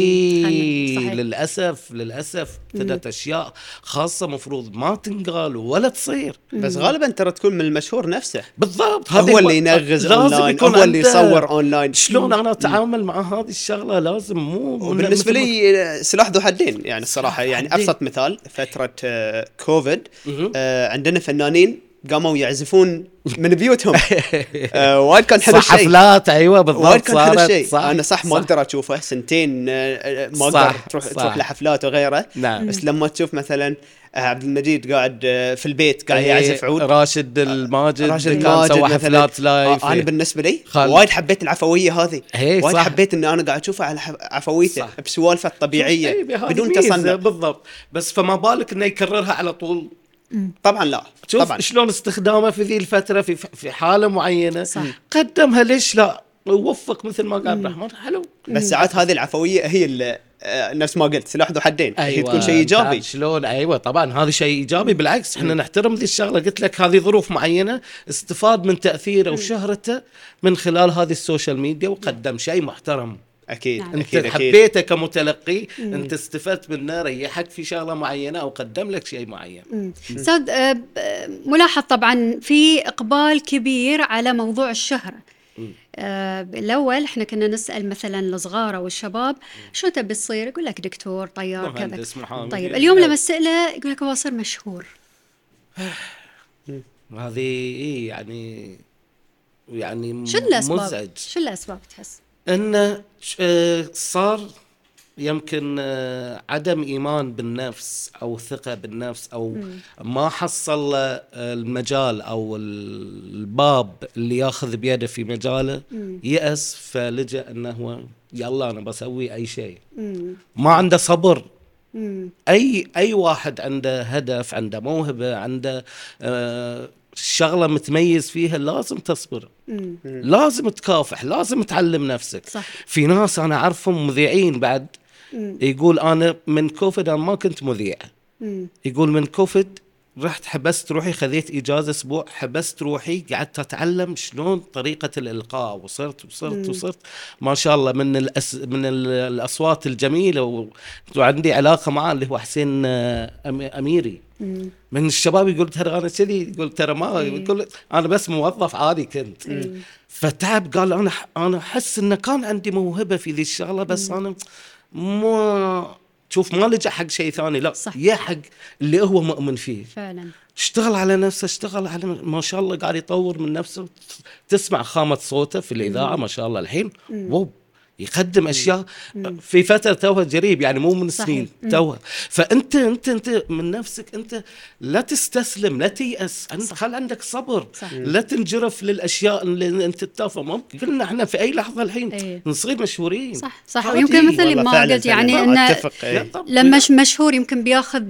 للأسف ابتدت أشياء خاصة مفروض ما تنقال ولا تصير. بس غالبا ترى تكون من المشهور نفسه. بالضبط، هو اللي ينغز أونلاين، هو اللي يصور أونلاين. شلون أنا أتعامل مع هذه الشغلة؟ لازم مو بالنسبة لي سلاح ذو حدين يعني الصراحة. يعني أبسط مثال فترة كوفيد، عندنا فنانين قاموا يعزفون من بيوتهم. وايد كان حلو الشيء. حفلات ايوه بالضبط. وايد كان حلو الشيء. انا صح ما اقدر اشوفه سنتين، ما اقدر تروح لحفلات وغيره. نعم. بس لما تشوف مثلا عبد المجيد قاعد في البيت قاعد يعزف عود، راشد الماجد كان سوى حفلات لايف. انا بالنسبه لي وايد حبيت العفويه هذه، وايد حبيت ان انا قاعد اشوفه على عفويته بسوالفه الطبيعيه بدون تصنع. بالضبط. بس فما بالك انه يكررها على طول؟ طبعا لا. شوف طبعا شلون استخدامه في ذي الفترة في حالة معينة. صح. قدمها ليش لا؟ ووفق مثل ما قال عبد الرحمن. حلو. بس ساعات هذه العفوية هي اللي نفس ما قلت سلاح ذو حدين. أيوة. تكون شيء ايجابي شلون؟ ايوه طبعا هذا شيء ايجابي، بالعكس احنا نحترم ذي الشغله. قلت لك هذه ظروف معينه، استفاد من تاثيره وشهرته من خلال هذه السوشيال ميديا وقدم شيء محترم. اكيد. نعم. انت أكيد. حبيته كمتلقي، انت استفدت منه، ريحك في شغله معينه او قدم لك شيء معين. استاذ، ملاحظ طبعا في اقبال كبير على موضوع الشهره. بالأول إحنا كنا نسأل مثلا الصغار أو الشباب شو تبي تصير، يقول لك دكتور، طيار، كذا. طيب اليوم لما أسأله يقول لك هو أصير مشهور. هذه يعني شو الأسباب؟ مزعج. شو الأسباب تحس؟ إنه صار يمكن عدم إيمان بالنفس أو ثقة بالنفس، أو ما حصل المجال أو الباب اللي ياخذ بيده في مجاله، يأس فلجأ أنه هو يلا أنا بسوي أي شيء. ما عنده صبر. أي واحد عنده هدف، عنده موهبة، عنده شغلة متميز فيها، لازم تصبر، لازم تكافح، لازم تعلم نفسك. صح. في ناس أنا أعرفهم مذيعين بعد، يقول أنا من كوفيد أنا ما كنت مذيع، يقول من كوفيد رحت حبست روحي، خذيت إجازة أسبوع، حبست روحي، قعدت أتعلم شلون طريقة الإلقاء، وصرت ما شاء الله من الأصوات الجميلة. وعندي علاقة معه اللي هو حسين أميري من الشباب، يقول ترى أنا كذي، يقول ترى ما يقول أنا بس موظف عادي كنت. فتعب، قال أنا أحس إن كان عندي موهبة في ذي الشغلة، بس أنا ما لجأ حق شيء ثاني، لا يا حق اللي هو مؤمن فيه فعلا. اشتغل على نفسه، اشتغل على ما شاء الله قاعد يطور من نفسه. تسمع خامة صوته في الإذاعة ما شاء الله الحين يقدم أشياء في فترة توها جريب، يعني مو من سنين توها. فأنت انت من نفسك انت لا تستسلم، لا تيأس، انت خل عندك صبر. لا تنجرف للأشياء اللي انت تتافه. ممكن قلنا احنا في أي لحظة الحين نصير مشهورين. صح. ويمكن مثل ما قلت يعني إن لما مشهور يمكن بياخذ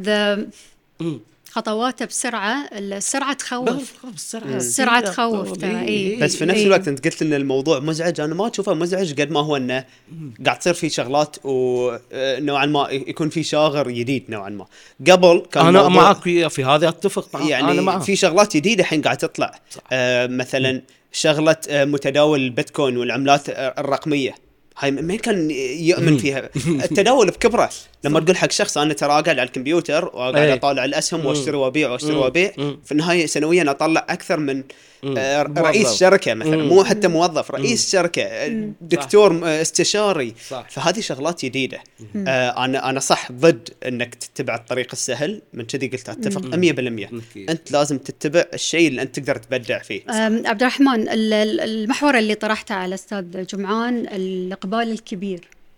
خطواته بسرعة. السرعة تخوف. السرعة تخوف ترى. بس في نفس الوقت انت قلت ان الموضوع مزعج، انا ما اشوفه مزعج قد ما هو انه قاعد تصير في شغلات ونوعا ما يكون في شاغر جديد نوعا ما. قبل كان انا معك في هذا، اتفق معك. يعني أنا في شغلات جديدة الحين قاعد تطلع. مثلا شغلة متداول البيتكوين والعملات الرقمية، هاي مين كان يؤمن فيها؟ التداول بكبره. لما تقول حق شخص انا ترى قاعد على الكمبيوتر وقاعد اطالع الاسهم واشتري وابيع واشتري وابيع، في النهايه سنويا اطلع اكثر من رئيس شركه مثلا، مو حتى موظف، رئيس شركه، دكتور استشاري. فهذه شغلات جديده. انا صح ضد انك تتبع الطريق السهل، من كذي قلت اتفق 100%. انت لازم تتبع الشيء اللي انت تقدر تبدع فيه. عبد الرحمن، المحور اللي طرحته على استاذ جمعان، الاقبال الكبير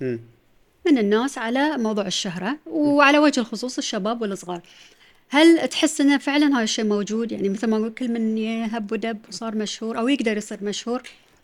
من الناس على موضوع الشهرة، وعلى وجه الخصوص الشباب والصغار، هل تحس انه فعلا هذا الشيء موجود؟ يعني مثل ما نقول كل من يهب ودب وصار مشهور او يقدر يصير مشهور.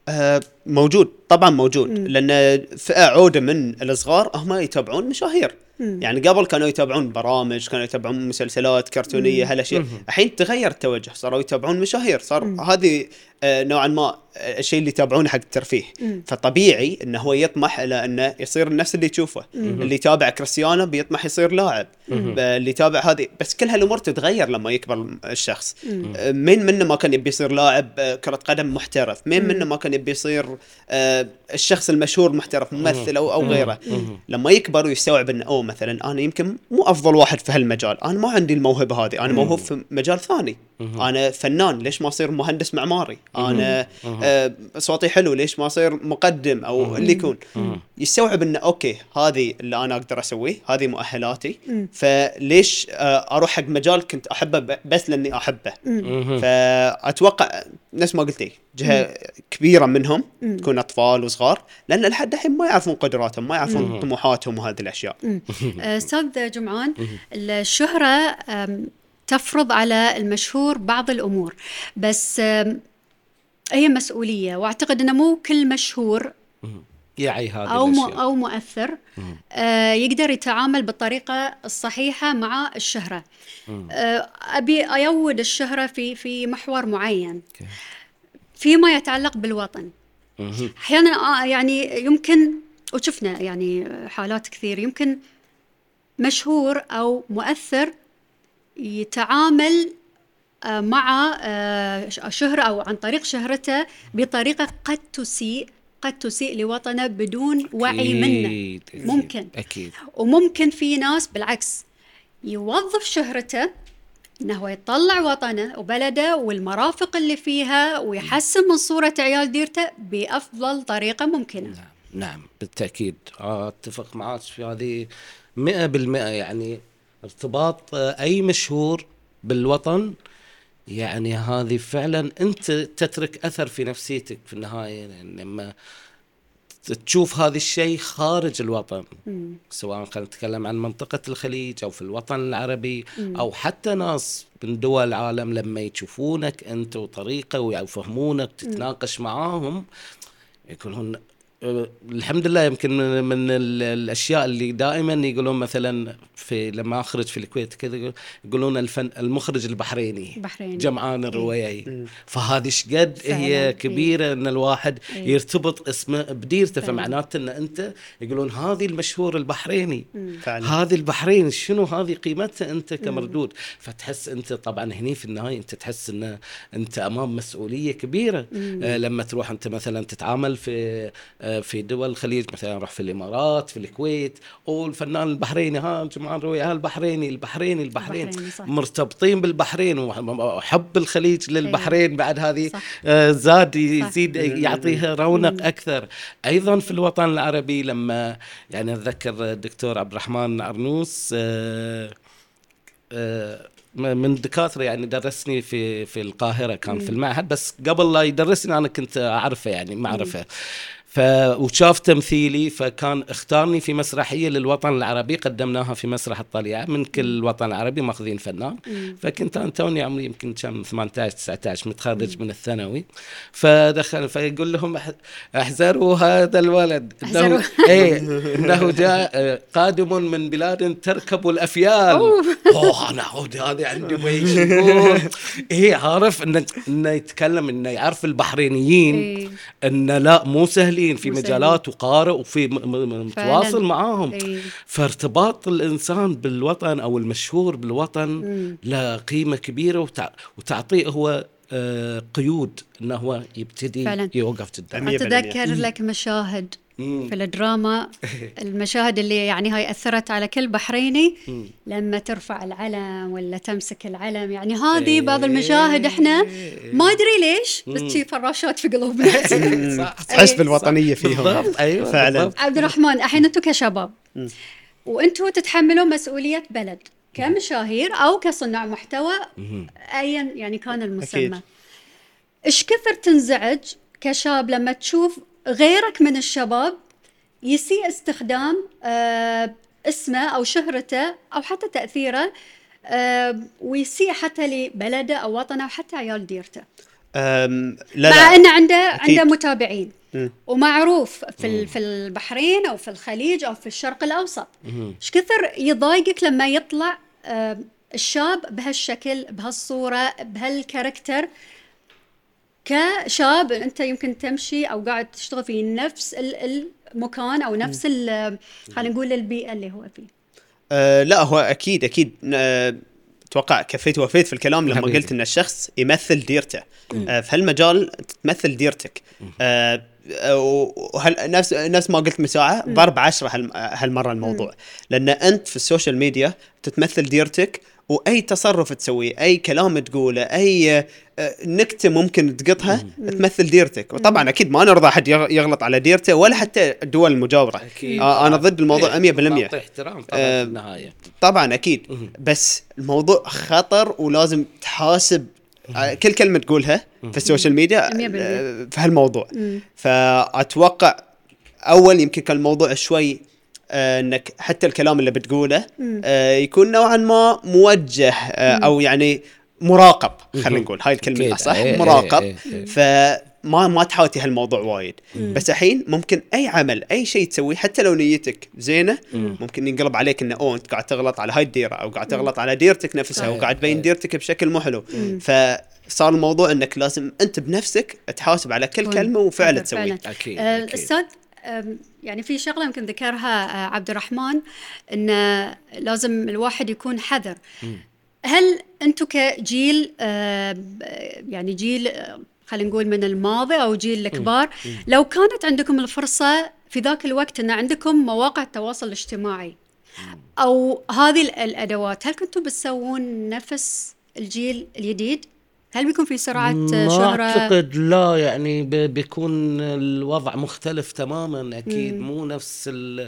موجود طبعا، موجود. لان فئة عودة من الصغار هم يتابعون مشاهير. يعني قبل كانوا يتابعون برامج، كانوا يتابعون مسلسلات كرتونية، هالاشياء. الحين تغير التوجه، صاروا يتابعون مشاهير. صار هذه نوعا ما الشيء اللي يتابعونه حق الترفيه. فطبيعي انه هو يطمح الى انه يصير نفس اللي تشوفه. اللي يتابع كريستيانو بيطمح يصير لاعب، اللي يتابع هذه. بس كل هالامور تتغير لما يكبر الشخص. مين منه ما كان يبي يصير لاعب كرة قدم محترف؟ مين منه ما كان يبي يصير الشخص المشهور محترف، ممثل او غيره؟ لما يكبر ويستوعب انه مثلا انا يمكن مو افضل واحد في هالمجال، انا ما عندي الموهبة هذه، انا موهوب في مجال ثاني، انا فنان، ليش ما اصير مهندس معماري؟ انا صوتي حلو، ليش ما اصير مقدم او اللي يكون؟ يستوعب انه اوكي هذه اللي انا اقدر اسويه، هذه مؤهلاتي، فليش اروح حق مجال كنت احبه بس لاني احبه؟ فاتوقع نفس ما قلتي جهة كبيرة منهم تكون اطفال وصغار، لان لحد الحين ما يعرفون قدراتهم، ما يعرفون طموحاتهم وهذه الاشياء. استاذ جمعان، الشهرة تفرض على المشهور بعض الامور، بس هي مسؤولية، واعتقد انه مو كل مشهور يعي هذه أو مؤثر يقدر يتعامل بالطريقة الصحيحة مع الشهرة. أبي أيود الشهرة في محور معين فيما يتعلق بالوطن. أحيانا يعني يمكن وشفنا يعني حالات كثير يمكن مشهور أو مؤثر يتعامل مع شهرة أو عن طريق شهرته بطريقة قد تسيء لوطنه بدون وعي منه. ممكن أكيد. وممكن في ناس بالعكس يوظف شهرته إنه يطلع وطنه وبلده والمرافق اللي فيها ويحسن من صورة عيال ديرته بأفضل طريقة ممكنة. نعم بالتأكيد أتفق معك في هذه 100%. يعني ارتباط أي مشهور بالوطن يعني هذه فعلا أنت تترك أثر في نفسيتك في النهاية، يعني لما تشوف هذا الشيء خارج الوطن سواء كان نتكلم عن منطقة الخليج أو في الوطن العربي أو حتى ناس من دول العالم لما يشوفونك أنت وطريقة ويفهمونك تتناقش معاهم يكونون الحمد لله. يمكن من الأشياء اللي دائما يقولون مثلا في لما أخرج في الكويت كذا يقولون المخرج البحريني جمعان الرويعي. فهذه شقد هي كبيرة إن الواحد يرتبط اسمه بديرته، فمعناته إن أنت يقولون هذه المشهور البحريني، هذه البحرين شنو هذه قيمتها أنت كمردود. فتحس أنت طبعا هني في النهاية أنت تحس إن أنت أمام مسؤولية كبيرة. لما تروح أنت مثلا تتعامل في دول الخليج، مثلا روح في الإمارات في الكويت والفنان البحريني جمعان رويعي البحرين مرتبطين بالبحرين وحب الخليج للبحرين بعد هذه زاد يزيد يعطيها رونق أكثر. أيضا في الوطن العربي لما يعني أتذكر الدكتور عبد الرحمن عرنوس من دكاترة يعني درسني في القاهرة كان في المعهد، بس قبل لا يدرسني أنا كنت أعرفه يعني معرفة. وشاف تمثيلي فكان اختارني في مسرحية للوطن العربي قدمناها في مسرح الطليعة من كل الوطن العربي ماخذين فنان. فكنت أنا توني عمري يمكن كان 18-19 متخرج من الثانوي. فدخل فيقول لهم احذروا هذا الولد إنه جاء قادم من بلاد تركب الأفيال. أنا هذا عندي ويش يقول عارف إنه يتكلم إنه يعرف البحرينيين إنه لا مو سهل في مجالات وقارئ وفي متواصل معاهم. فارتباط الإنسان بالوطن أو المشهور بالوطن له قيمة كبيرة وتعطيه هو قيود أنه هو يبتدي يوقف جدا. أتذكر لك مشاهد في الدراما المشاهد اللي يعني هاي أثرت على كل بحريني لما ترفع العلم ولا تمسك العلم. يعني هذه بعض المشاهد احنا ما أدري ليش بس شي فراشات في قلوبنا. تحس بالوطنية فيهم. أيوة فعلا. عبد الرحمن الحين أنتوا كشباب وأنتوا تتحملوا مسؤولية بلد كمشاهير أو كصناع محتوى أيا يعني كان المسمى. إيش كثر تنزعج كشاب لما تشوف غيرك من الشباب يسيء استخدام اسمه أو شهرته أو حتى تأثيره ويسيء حتى لبلده أو وطنه أو حتى عيال ديرته؟ مع أنه عنده متابعين ومعروف في البحرين أو في الخليج أو في الشرق الأوسط. إيش كثر يضايقك لما يطلع الشاب بهالشكل بهالصورة بهالكاركتر كشاب أنت يمكن تمشي أو قاعد تشتغل في نفس المكان أو نفس خلينا نقول البيئة اللي هو فيه؟ لا هو أكيد أتوقع كفيت وفيت في الكلام لما قلت إن الشخص يمثل ديرته. في هالمجال تمثل ديرتك. نفس ما قلت من ساعة ضرب 10 هالمرة الموضوع، لأن أنت في السوشيال ميديا تتمثل ديرتك، وأي تصرف تسويه أي كلام تقوله أي نكتة ممكن تقطها تمثل ديرتك. وطبعا أكيد ما نرضى أحد يغلط على ديرته ولا حتى الدول المجاورة. أنا ضد الموضوع 100%. احترام طبعا النهاية. طبعا أكيد بس الموضوع خطر ولازم تحاسب كل كلمة تقولها في السوشيال ميديا في هالموضوع. فأتوقع أول يمكن كان الموضوع شوي انك حتى الكلام اللي بتقوله يكون نوعا ما موجه او يعني مراقب. خلينا نقول هاي الكلمه صح، مراقب. فما تحاوتي هالموضوع وايد. بس الحين ممكن اي عمل اي شيء تسويه حتى لو نيتك زينه ممكن ينقلب عليك انه انت قاعد تغلط على هاي الديره او قاعد تغلط على ديرتك نفسها وقاعد تبين ديرتك بشكل مو حلو. فصار الموضوع انك لازم انت بنفسك تحاسب على كل كلمه وفعل تسويه. أستاذ يعني في شغلة يمكن ذكرها عبد الرحمن، إن لازم الواحد يكون حذر. هل أنتم كجيل يعني جيل خلينا نقول من الماضي أو جيل الكبار، لو كانت عندكم الفرصة في ذاك الوقت أن عندكم مواقع التواصل الاجتماعي أو هذه الأدوات، هل كنتوا بتسوون نفس الجيل الجديد؟ هل بيكون في سرعة شهرة؟ ما أعتقد، لا يعني بيكون الوضع مختلف تماما أكيد. مو نفس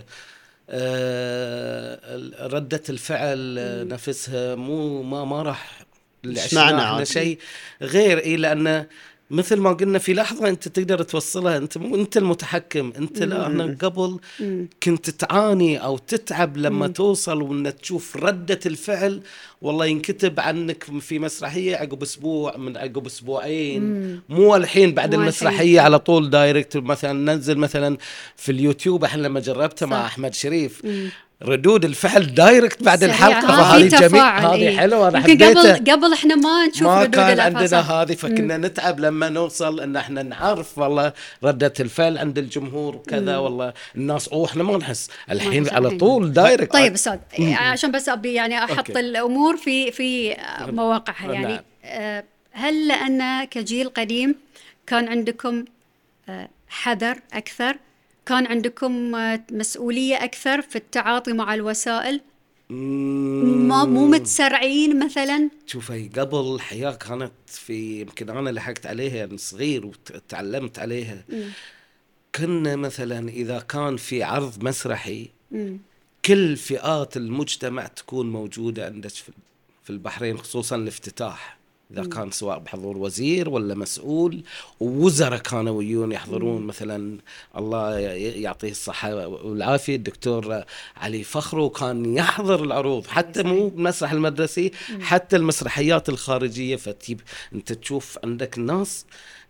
ردة الفعل نفسها، مو ما راح احنا شيء غير. لأن مثل ما قلنا في لحظة أنت تقدر توصلها، أنت المتحكم. أنت لا، أنا قبل كنت تعاني أو تتعب لما توصل وأن تشوف ردة الفعل، والله ينكتب عنك في مسرحية عقب أسبوع، من عقب أسبوعين. مو الحين بعد المسرحية على طول دايركت مثلا ننزل مثلا في اليوتيوب. احنا لما جربتها مع أحمد شريف ردود الفعل دايركت بعد الحلقة، فهذه جميل، هذه حلوة. أنا حبيتها. قبل احنا ما نشوف ما ردود كان عندنا هذه، فكنا نتعب لما نوصل ان احنا نعرف والله ردة الفعل عند الجمهور وكذا. والله الناس احنا ما نحس الحين على طول دايركت. طيب استاذ، عشان بس ابي يعني احط الامور في مواقعها. يعني هل لان كجيل قديم كان عندكم حذر اكثر، كان عندكم مسؤولية أكثر في التعاطي مع الوسائل، مو متسرعين مثلا؟ شوفي، قبل الحياة كانت في، يمكن أنا لحقت عليها يعني صغير وتعلمت عليها. كنا مثلا إذا كان في عرض مسرحي كل فئات المجتمع تكون موجودة عندك في البحرين، خصوصا الافتتاح. إذا كان سواء بحضور وزير ولا مسؤول، ووزراء كانوا ويون يحضرون. مثلا الله يعطيه الصحة والعافية الدكتور علي فخرو كان يحضر العروض، حتى مو المسرح المدرسي، حتى المسرحيات الخارجية. فتجيب أنت تشوف عندك الناس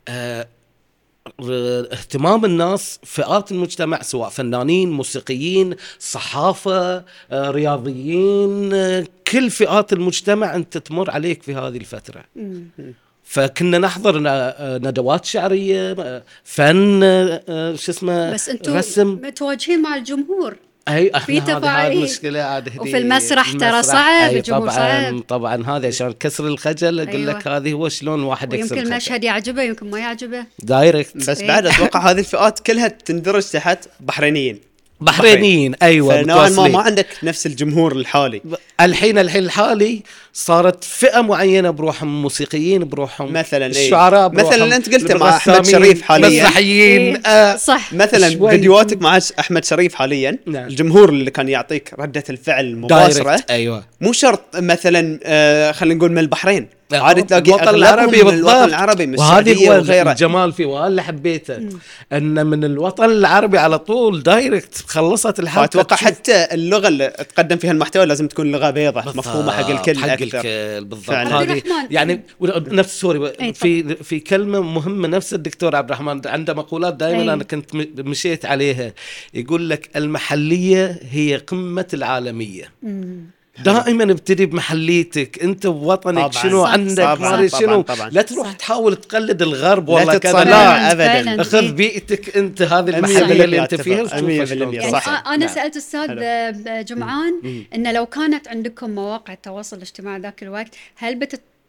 اهتمام الناس، فئات المجتمع، سواء فنانين، موسيقيين، صحافة، رياضيين، كل فئات المجتمع أنت تمر عليك في هذه الفترة. فكنا نحضر ندوات شعرية، فن، شو اسمه، بس أنتم رسم، متواجهين مع الجمهور. في تفاعل، هذه المشكلة عاد. وفي المسرح ترى صعب، الجمهور صعب طبعا. هذا عشان كسر الخجل. أقول لك هذه هو شلون واحد يكسر الخجل. يمكن المشهد يعجبه، يمكن ما يعجبه دايركت. بس بعد أتوقع هذه الفئات كلها تندرج تحت بحرينيين. أيوة. فنوعا ما عندك نفس الجمهور الحالي. الحين الحالي صارت فئة معينة بروحهم، موسيقيين بروحهم، مثلا الشعراء بروحهم. مثلا أنت قلت مع أحمد شريف حاليا، مسرحيين. صح. مثلا فيديوهاتك مع أحمد شريف حاليا، نعم. الجمهور اللي كان يعطيك ردة الفعل المباشرة، أيوة. مو شرط مثلا خلينا نقول من البحرين، عادي تلاقي الوطن العربي، الوطن العربي من وهذه هو الجمال فيه، وهذا حبيته ان من الوطن العربي على طول دايركت خلصت الحلقه. اتوقع حتى اللغه اللي تقدم فيها المحتوى لازم تكون لغه بيضاء مفهومه حق الكل اكثر. بالضبط. هذه يعني نفس سوري في كلمه مهمه، نفس الدكتور عبد الرحمن عنده مقولات دائما انا كنت مشيت عليها، يقول لك المحليه هي قمه العالميه. دائما ابتدي بمحليتك انت ووطنك. شنو عندك شنو، لا تروح تحاول تقلد الغرب والله كذا، لا ابدا. اخذ بيئتك انت، هذه المحليه اللي انت فيها وشوف شلون. يعني انا سالت استاذ جمعان ان لو كانت عندكم مواقع التواصل الاجتماعي ذاك الوقت، هل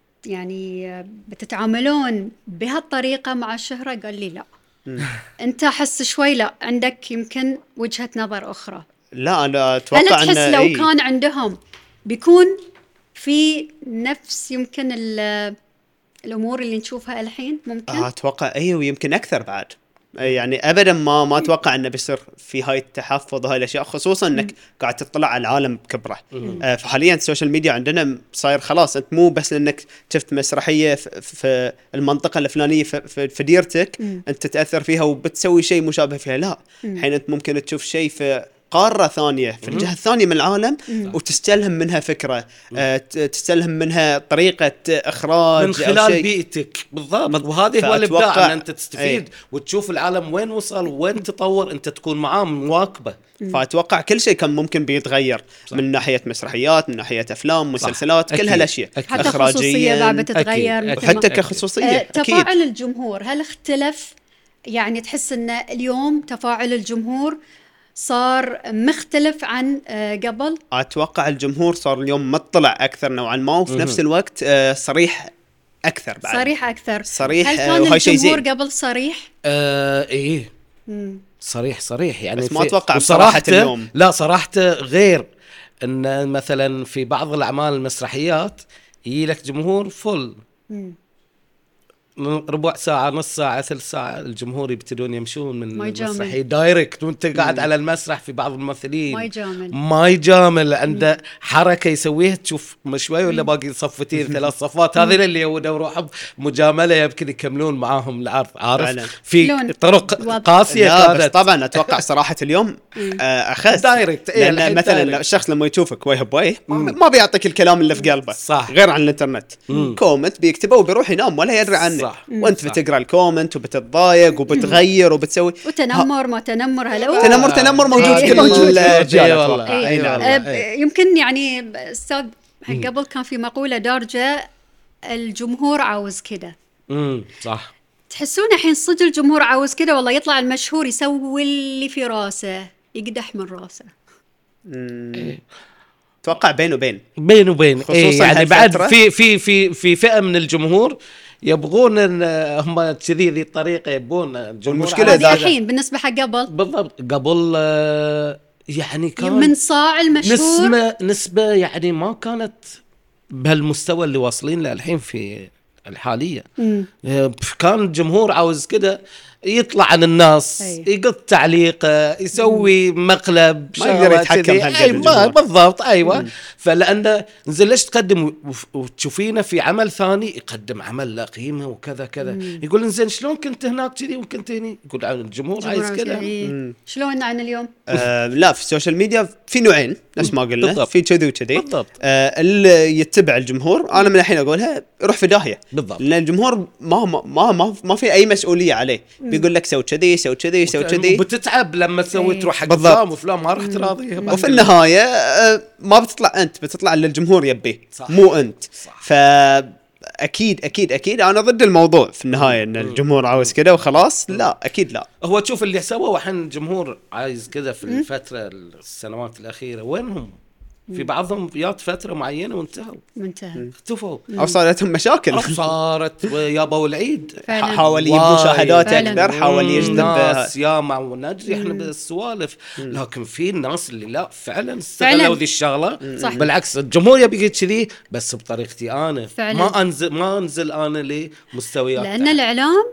بتتعاملون بهالطريقه مع الشهره؟ قال لي لا. انت حس شوي لا عندك يمكن وجهه نظر اخرى. لا انا اتوقع هل تحس لو كان عندهم بيكون في نفس يمكن الامور اللي نشوفها الحين؟ ممكن اتوقع ويمكن اكثر بعد. يعني ابدا ما اتوقع انه بيصير في هاي التحفظ وهاي الاشياء، خصوصا انك قاعد تطلع على العالم بكبره. فحاليا السوشيال ميديا عندنا صاير خلاص، انت مو بس انك شفت مسرحيه في المنطقه الفلانيه في ديرتك انت تتاثر فيها وبتسوي شيء مشابه فيها. لا، الحين انت ممكن تشوف شيء في قارة ثانية في الجهة الثانية من العالم وتستلهم منها فكرة، تستلهم منها طريقة إخراج من خلال بيئتك. بالضبط. وهذه هو الإبداع، أن أنت تستفيد وتشوف العالم وين وصل وين تطور، أنت تكون معاه مواكبة. فأتوقع كل شيء كان ممكن بيتغير من ناحية مسرحيات، من ناحية أفلام، مسلسلات، كل هالأشياء. حتى خصوصية بعد بتتغير، حتى كخصوصية. تفاعل الجمهور هل اختلف؟ يعني تحس أن اليوم تفاعل الجمهور صار مختلف عن قبل؟ اتوقع الجمهور صار اليوم مطلع اكثر نوعا ما، وفي نفس الوقت صريح اكثر بعد. صريح اكثر. صريح. هل كان الجمهور قبل صريح؟ ايه صريح يعني. بس ما اتوقع بصراحة اليوم. لا صراحة غير ان مثلا في بعض الاعمال المسرحيات يجي لك جمهور فل ربع ساعة نص ساعة ثلث ساعة الجمهور يبتدون يمشون من المسرحية دايركت، وانت قاعد على المسرح. في بعض الممثلين ما يجامل عنده حركة يسويها تشوف شوي ولا باقي صفتين 3 صفات. هذه اللي يودوا روحهم مجاملة يمكن يكملون معاهم العرض. عارف في طرق قاسية كانت. بس طبعا اتوقع صراحة اليوم اخذ دايركت. لان مثلا الشخص لما يشوفك وجه بوجه ما بيعطيك الكلام اللي في قلبه. صح. غير عن الانترنت كومنت بيكتبه وبيروح ينام ولا يدري عنه. صح. وانت بتقرا الكومنت وبتتضايق وبتغير وبتسوي وتنمر ما تنمر. تنمر موجود كل والله. يمكن يعني استاذ قبل كان في مقولة دارجة الجمهور عاوز كده. صح. تحسون الحين صدق الجمهور عاوز كده؟ والله يطلع المشهور يسوي اللي في راسه يقدح من راسه. اتوقع بين وبين خصوصا يعني بعد في فئة من الجمهور يبغون ان هم كذي ذي الطريقه يبون الجمهور. المشكله الحين بالنسبه حق قبل بالضبط. قبل يعني كان من صاع المشهور نسبه يعني ما كانت بهالمستوى اللي واصلين له الحين في الحاليه. كان الجمهور عاوز كده يطلع عن الناس يقط تعليق يسوي مقلب ما يقدر يتحكم بالضبط. ايوه فلانه نزل ليش تقدم وتشوفينه في عمل ثاني يقدم عمل لا قيمه وكذا كذا. يقول انزين شلون كنت هناك كذي وكنت هني؟ يقول الجمهور عايز كذا. شلون عن اليوم؟ لا في السوشيال ميديا في نوعين نفس ما قلنا بالضبط. في كذي وكذي. اللي يتبع الجمهور انا من الحين اقولها روح في داهيه بالضبط. لان الجمهور ما في اي مسؤوليه عليه. بيقول لك سوي كذي سوي كذي سوي كذي. بتتعب لما تسوي تروح حق فلان وفلان ما راح تراضيه. وفي النهايه ما بتطلع انت، بتطلع اللي الجمهور يبيه مو انت. فاكيد انا ضد الموضوع في النهايه ان الجمهور عاوز كذا وخلاص. لا اكيد لا. هو تشوف اللي سووا الحين الجمهور عايز كذا في الفتره السنوات الاخيره وينهم؟ في بعضهم جات فترة معينة وانتهوا اختفوا أو صارتهم مشاكل أو صارت يابوا العيد. حاول يجيب مشاهدات أكثر، حاول يجذب ناس ياما ونجري إحنا بالسوالف. لكن في الناس اللي لا فعلا استغلوا ذي الشغلة. بالعكس الجمهور يبي كذي بس بطريقتي أنا ما أنزل أنا لمستويات. لأن الإعلام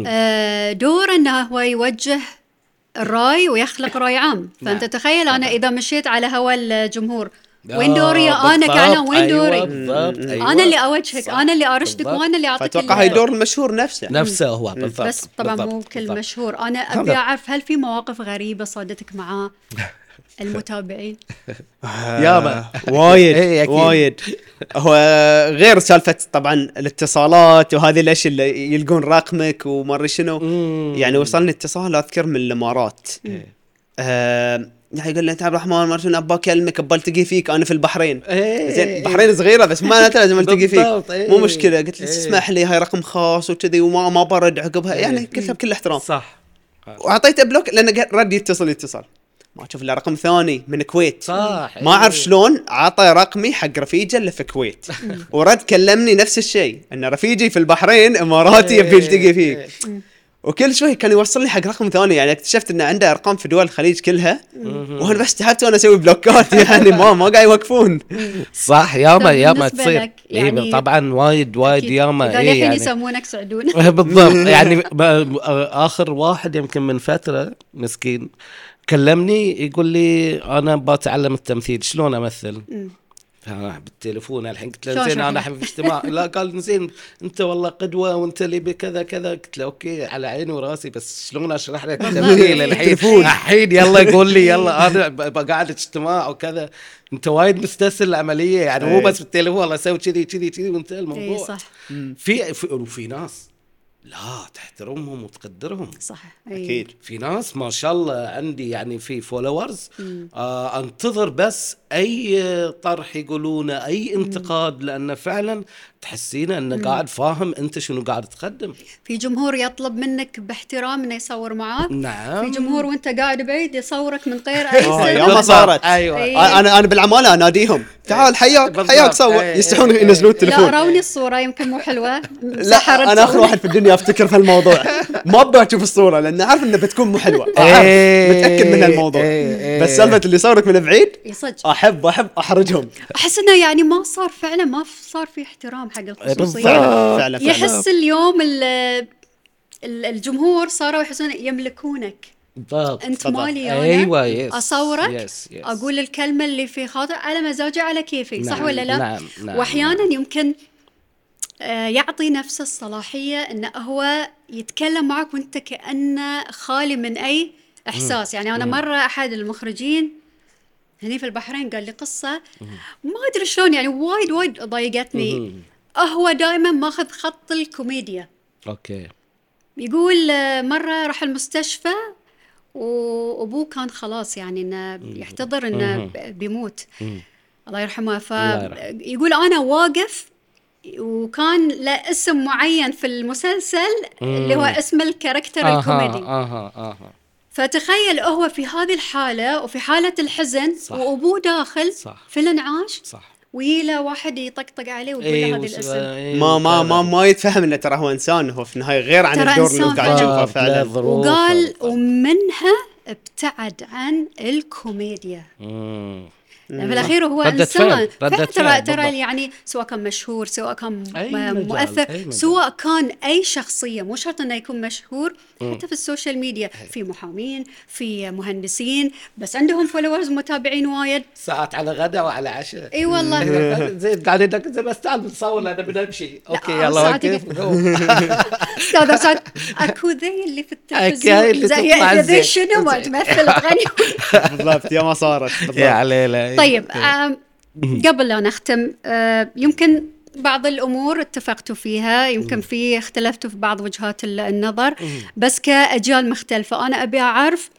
دور أنه هو يوجه الرأي ويخلق رأي عام. فأنت تخيل أنا إذا مشيت على هوا الجمهور وين دوري أنا كإعلام؟ وين دوري؟ أنا اللي أوجهك، أنا اللي أرشدك، وأنا اللي أعطيك. فأتوقع هاي دور المشهور نفسه هو بالضبط. بس طبعا مو كل مشهور. أنا أبي أعرف هل في مواقف غريبة صادتك مع المتابعين؟ يابا وايد. هو غير سالفة طبعا الاتصالات وهذه الاشياء اللي يلقون رقمك وما شنو. يعني وصلني اتصال اذكر من الامارات يعني يقول لي انت عبد الرحمن مرتين ابا اكلمك ابى التقي فيك انا في البحرين. زين البحرين صغيره بس ما انا لازم التقي فيك مو مشكله. قلت له تسمح لي هاي رقم خاص وكذي وما برد عقبها. يعني قلت له بكل احترام صح. واعطيته بلوك لانه رد يتصل ما اشوف الا رقم ثاني من الكويت. صح. ما اعرف شلون عطى رقمي حق رفيجي اللي في الكويت ورد كلمني نفس الشيء ان رفيجي في البحرين اماراتي يبي يلتقي فيك. وكل شوي كان يوصل لي حق رقم ثاني. يعني اكتشفت ان عنده ارقام في دول الخليج كلها وانا بس تعبت وانا اسوي بلوكات. يعني ما قاعد يوقفون. صح ياما تصير. يعني طبعا وايد ياما قال الحين يسمونك سعدون. بالضبط. يعني اخر واحد يمكن من فتره مسكين كلمني يقول لي انا بتعلم التمثيل شلون امثل. بالتليفون الحين قلت له زين انا في اجتماع. لا قال زين انت والله قدوه وانت اللي بكذا كذا. قلت له اوكي على عيني وراسي بس شلون اشرح لك التمثيل الحين يلا يقول لي يلا انا بقعد اجتماع وكذا. انت وايد مستسهل العمليه. يعني مو بس بالتليفون والله اسوي كذي وانتهى الموضوع. صح. في ناس لا تحترمهم وتقدرهم. صح. اكيد في ناس ما شاء الله عندي يعني في فولورز انتظر بس اي طرح يقولونه، اي انتقاد، لان فعلا تحسين انه قاعد فاهم انت شنو قاعد تقدم. في جمهور يطلب منك باحترام انه يصور معاك. نعم. في جمهور وانت قاعد بعيد يصورك من غير اي سبب. يلا صارت. أيوة. انا بالعماله اناديهم تعال حياك صور، يستحون ينزلون التليفون. لا روني الصوره يمكن مو حلوه. لا انا اخر واحد في الدنيا افتكر في الموضوع. ما ابغى اشوف الصوره لان عارف انها بتكون مو حلوه، متاكد من الموضوع. بس سالفه اللي صورك من بعيد احب احرجهم. احس انه يعني ما صار فعلا، ما صار في احترام حق الخصوصيه. فعلا يحس اليوم الجمهور صاروا يحسون يملكونك. انت مالي انا. ايوه اصورك اقول الكلمه اللي في خاطر على مزاجي على كيفي. صح ولا لا؟ نعم. واحيانا يمكن يعطي نفس الصلاحيه انه هو يتكلم معك وانت كأنه خالي من اي احساس. يعني انا مره احد المخرجين هني في البحرين قال لي قصه ما ادري شلون يعني وايد ضايقتني. هو دائما ماخذ خط الكوميديا. اوكي. يقول مره راح المستشفى وابوه كان خلاص يعني انه يحتضر انه بيموت الله يرحمه. فيقول انا واقف وكان له اسم معين في المسلسل اللي هو اسم الكاركتر الكوميدي. فتخيل هو في هذه الحالة وفي حالة الحزن وأبوه داخل في الانعاش ويلا واحد يطقطق عليه ويقول له هذا الاسم. ما يتفهم انه ترى هو انسان، هو في النهاية غير عن الدور اللي قاعد يشوفه فعلا. وقال ومنها ابتعد عن الكوميديا. في الأخير هو إنسان. ترى يعني سواء كان مشهور، سواء كان مؤثر، سواء كان أي شخصية، مو شرط إنه يكون مشهور. حتى في السوشيال ميديا في محامين، في مهندسين، بس عندهم فولورز متابعين وايد. ساعات على غدا وعلى عشاء. اي والله. زين قاعدين بس تعال بنصور لأنه بنمشي. أوكي يلا وقف. أستاذ أكو ذي اللي في التلفزيون زي شنو ما تمثل تغني. بالضبط يا ما صارت. يا عليلة. طيب قبل لا نختم يمكن بعض الأمور اتفقتوا فيها، يمكن في اختلفتوا في بعض وجهات النظر، بس كأجيال مختلفة. أنا أبي أعرف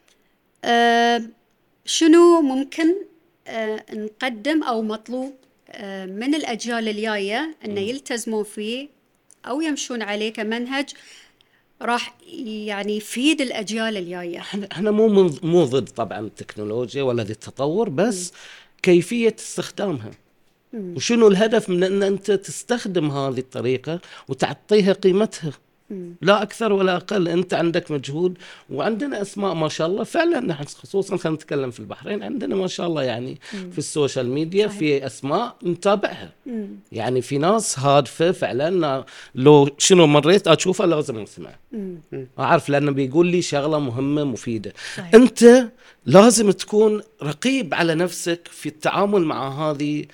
شنو ممكن نقدم أو مطلوب من الأجيال الجاية أن يلتزمون فيه أو يمشون عليه كمنهج راح يعني يفيد الأجيال الجاية. احنا مو ضد طبعا التكنولوجيا ولا ذي التطور، بس كيفية استخدامها وشنو الهدف من أن أنت تستخدم هذه الطريقة وتعطيها قيمتها. لا أكثر ولا أقل. أنت عندك مجهود وعندنا أسماء ما شاء الله فعلا. نحن خصوصا خلينا نتكلم في البحرين عندنا ما شاء الله يعني في السوشيال ميديا في أسماء نتابعها. يعني في ناس هادفة فعلا، لو شنو مريت أشوفها لازم أسمع أعرف، لأنه بيقول لي شغلة مهمة مفيدة. أنت لازم تكون رقيب على نفسك في التعامل مع هذه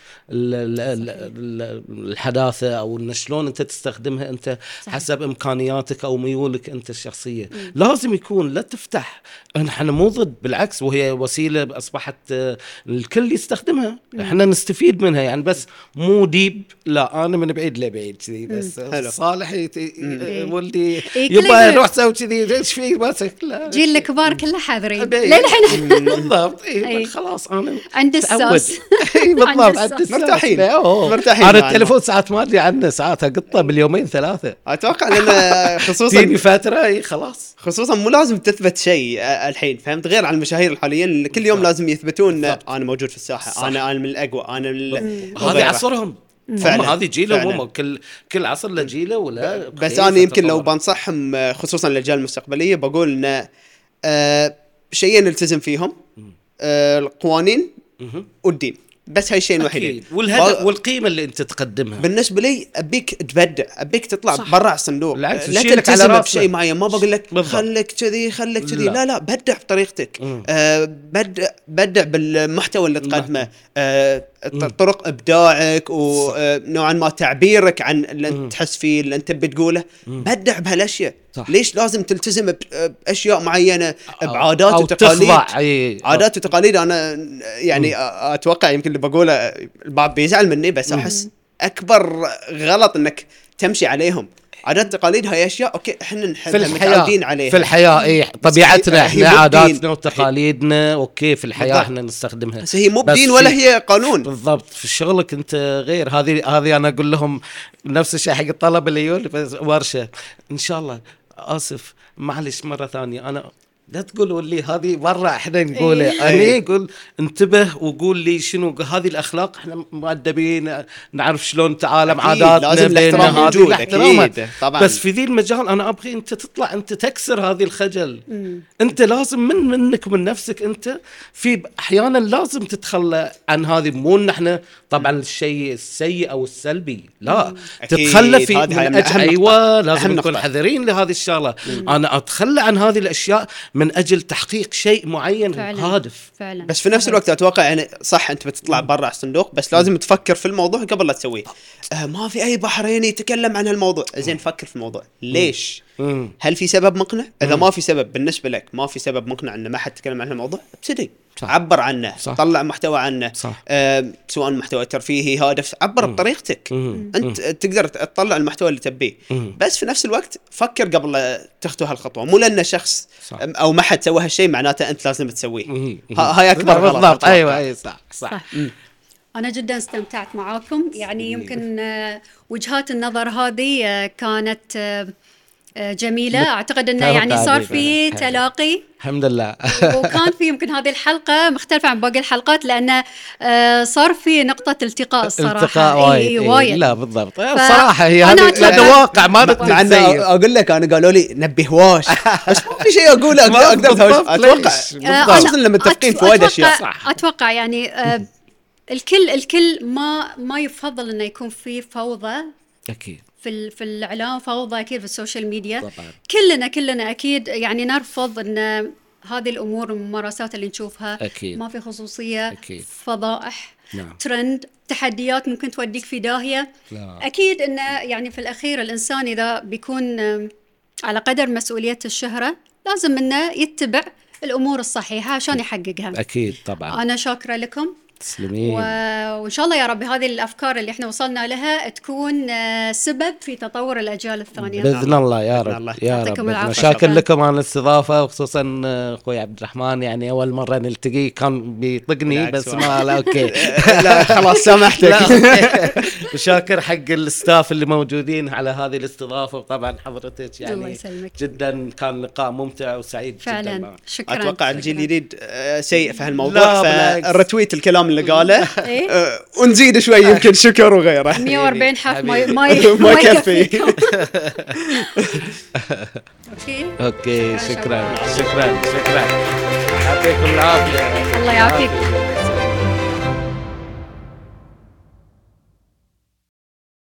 الحداثة أو إن شلون أنت تستخدمها أنت حسب إمكانياتك أو ميولك أنت الشخصية. لازم يكون لا تفتح. إحنا مو ضد، بالعكس، وهي وسيلة أصبحت الكل يستخدمها. إحنا نستفيد منها يعني، بس مو ديب. لا أنا من بعيد لبعيد كذي بس. صالح ولدي يبغى يروح سوي كذي إيش فيه بس. جيل الكبار كله حاذرين للحين. بالضبط. خلاص أنا عند الساس. بالضبط مرتاحين. أنا التليفون ساعات ما أدري عنه، ساعات أقطه باليومين ثلاثة. أتوقع لأن خصوصا تيجي فترة خلاص. خصوصا مو لازم تثبت شيء الحين، فهمت؟ غير على المشاهير الحاليين كل يوم لازم يثبتون أنا موجود في الساحة. أنا من الأقوى. أنا هذا عصرهم فعلا. هذه جيلهم. كل عصر له جيله. ولا بس أنا يمكن لو بنصحهم خصوصا الأجيال المستقبلية بقول إن شيئين نلتزم فيهم، القوانين والدين. بس هاي الشيء الوحيد والهدف والقيمة اللي انت تقدمها. بالنسبة لي ابيك تبدع، ابيك تطلع برا الصندوق. لا تلتزم بشيء معين. ما بقول لك خليك كذي لا بدع بطريقتك. بدع بالمحتوى اللي تقدمه. طرق ابداعك ونوعا ما تعبيرك عن اللي انت تحس فيه اللي انت بتقوله. بدع بهالاشياء. ليش لازم تلتزم باشياء معينه بعادات وتقاليد؟ عادات وتقاليد. انا يعني اتوقع يمكن اللي بقوله البعض بيزعل مني، بس احس اكبر غلط انك تمشي عليهم. عادات تقاليد هاي اشياء اوكي احنا في نحبها الحياة متعودين عليها في الحياه ايه طبيعتنا هي احنا مو عاداتنا بدين. وتقاليدنا اوكي في الحياه بالضبط. احنا نستخدمها بس هي مو بس بدين ولا في- هي قانون. بالضبط في شغلك انت غير. هذه انا اقول لهم نفس الشيء حق الطلبه اللي يقول بس ورشه ان شاء الله اسف معلش مره ثانيه انا لا تقولوا لي هذه برا احنا نقوله انا يقول انتبه وقول لي شنو هذه الاخلاق احنا مؤدبين نعرف شلون نتعامل عاداتنا لازم الاحترام بيننا موجود الاحترام اكيد طبعا. بس في ذي المجال انا ابغي انت تطلع انت تكسر هذه الخجل. انت لازم منك ومن نفسك انت في احيانا لازم تتخلى عن هذه مو نحن طبعا الشيء السيء او السلبي لا تتخلى في من أجل ايوه لازم نكون حذرين لهذه الشغله. انا اتخلى عن هذه الاشياء من اجل تحقيق شيء معين فعلاً. هادف فعلا. بس في نفس الوقت اتوقع يعني صح انت بتطلع برا الصندوق بس لازم تفكر في الموضوع قبل لا تسويه. ما في اي بحريني يتكلم عن هالموضوع زين فكر في الموضوع ليش هل في سبب مقنع؟ اذا ما في سبب بالنسبه لك ما في سبب مقنع ان ما حد تكلم عن هالموضوع ابتدي عبر عنه صح. طلع محتوى عنه سواء محتوى ترفيهي هادف عبر بطريقتك انت تقدر تطلع المحتوى اللي تبيه بس في نفس الوقت فكر قبل لا تخطو هالخطوه مو لان شخص صح. او ما حد سوى هالشيء معناته انت لازم تسويه. هاي اكبر غلط بالضبط ايوه صح. أنا جدا استمتعت معاكم يعني يمكن وجهات النظر هذه كانت جميلة. أعتقد أنه يعني صار في تلاقي الحمد لله وكان في يمكن هذه الحلقة مختلفة عن باقي الحلقات لأنه صار في نقطة التقاء الصراحة التقاء وايد. لا بالضبط الصراحة هي هذا واقع ما مع انه اقول لك انا قالوا لي نبه هواش بس ما في شيء اقوله اقدر اتوقع خصوصا لما متفقين في وايد اشياء. اتوقع يعني الكل ما يفضل انه يكون في فوضى اكيد في الاعلام فوضى اكيد في السوشيال ميديا طبعا. كلنا اكيد يعني نرفض ان هذه الامور والممارسات اللي نشوفها أكيد. ما في خصوصيه أكيد. فضائح نعم. ترند تحديات ممكن توديك في داهيه. لا. اكيد انه يعني في الاخير الانسان اذا بيكون على قدر مسؤوليه الشهره لازم انه يتبع الامور الصحيحه عشان يحققها. اكيد طبعا. انا شاكره لكم تسلمين وإن شاء الله يا رب هذه الأفكار اللي إحنا وصلنا لها تكون سبب في تطور الأجيال الثانية بإذن الله يا رب يا رب. شاكر لكم عن الاستضافة وخصوصا أخوي عبد الرحمن يعني أول مرة نلتقي كان بيطقني بس ما لا أوكي لا خلاص سامحتك. وشاكر حق الستاف اللي موجودين على هذه الاستضافة وطبعا حضرتك الله يعني يسلمك. جدا كان لقاء ممتع وسعيد فعلا جدا. شكرا. أتوقع الجيل الجديد سيء في هالموضوع فالرتويت الكلام اللي قاله ونزيد شوي يمكن شكر وغيره 140 حرف ما يكفي. اوكي شكرا يعطيكم العافيه. الله يعافيك.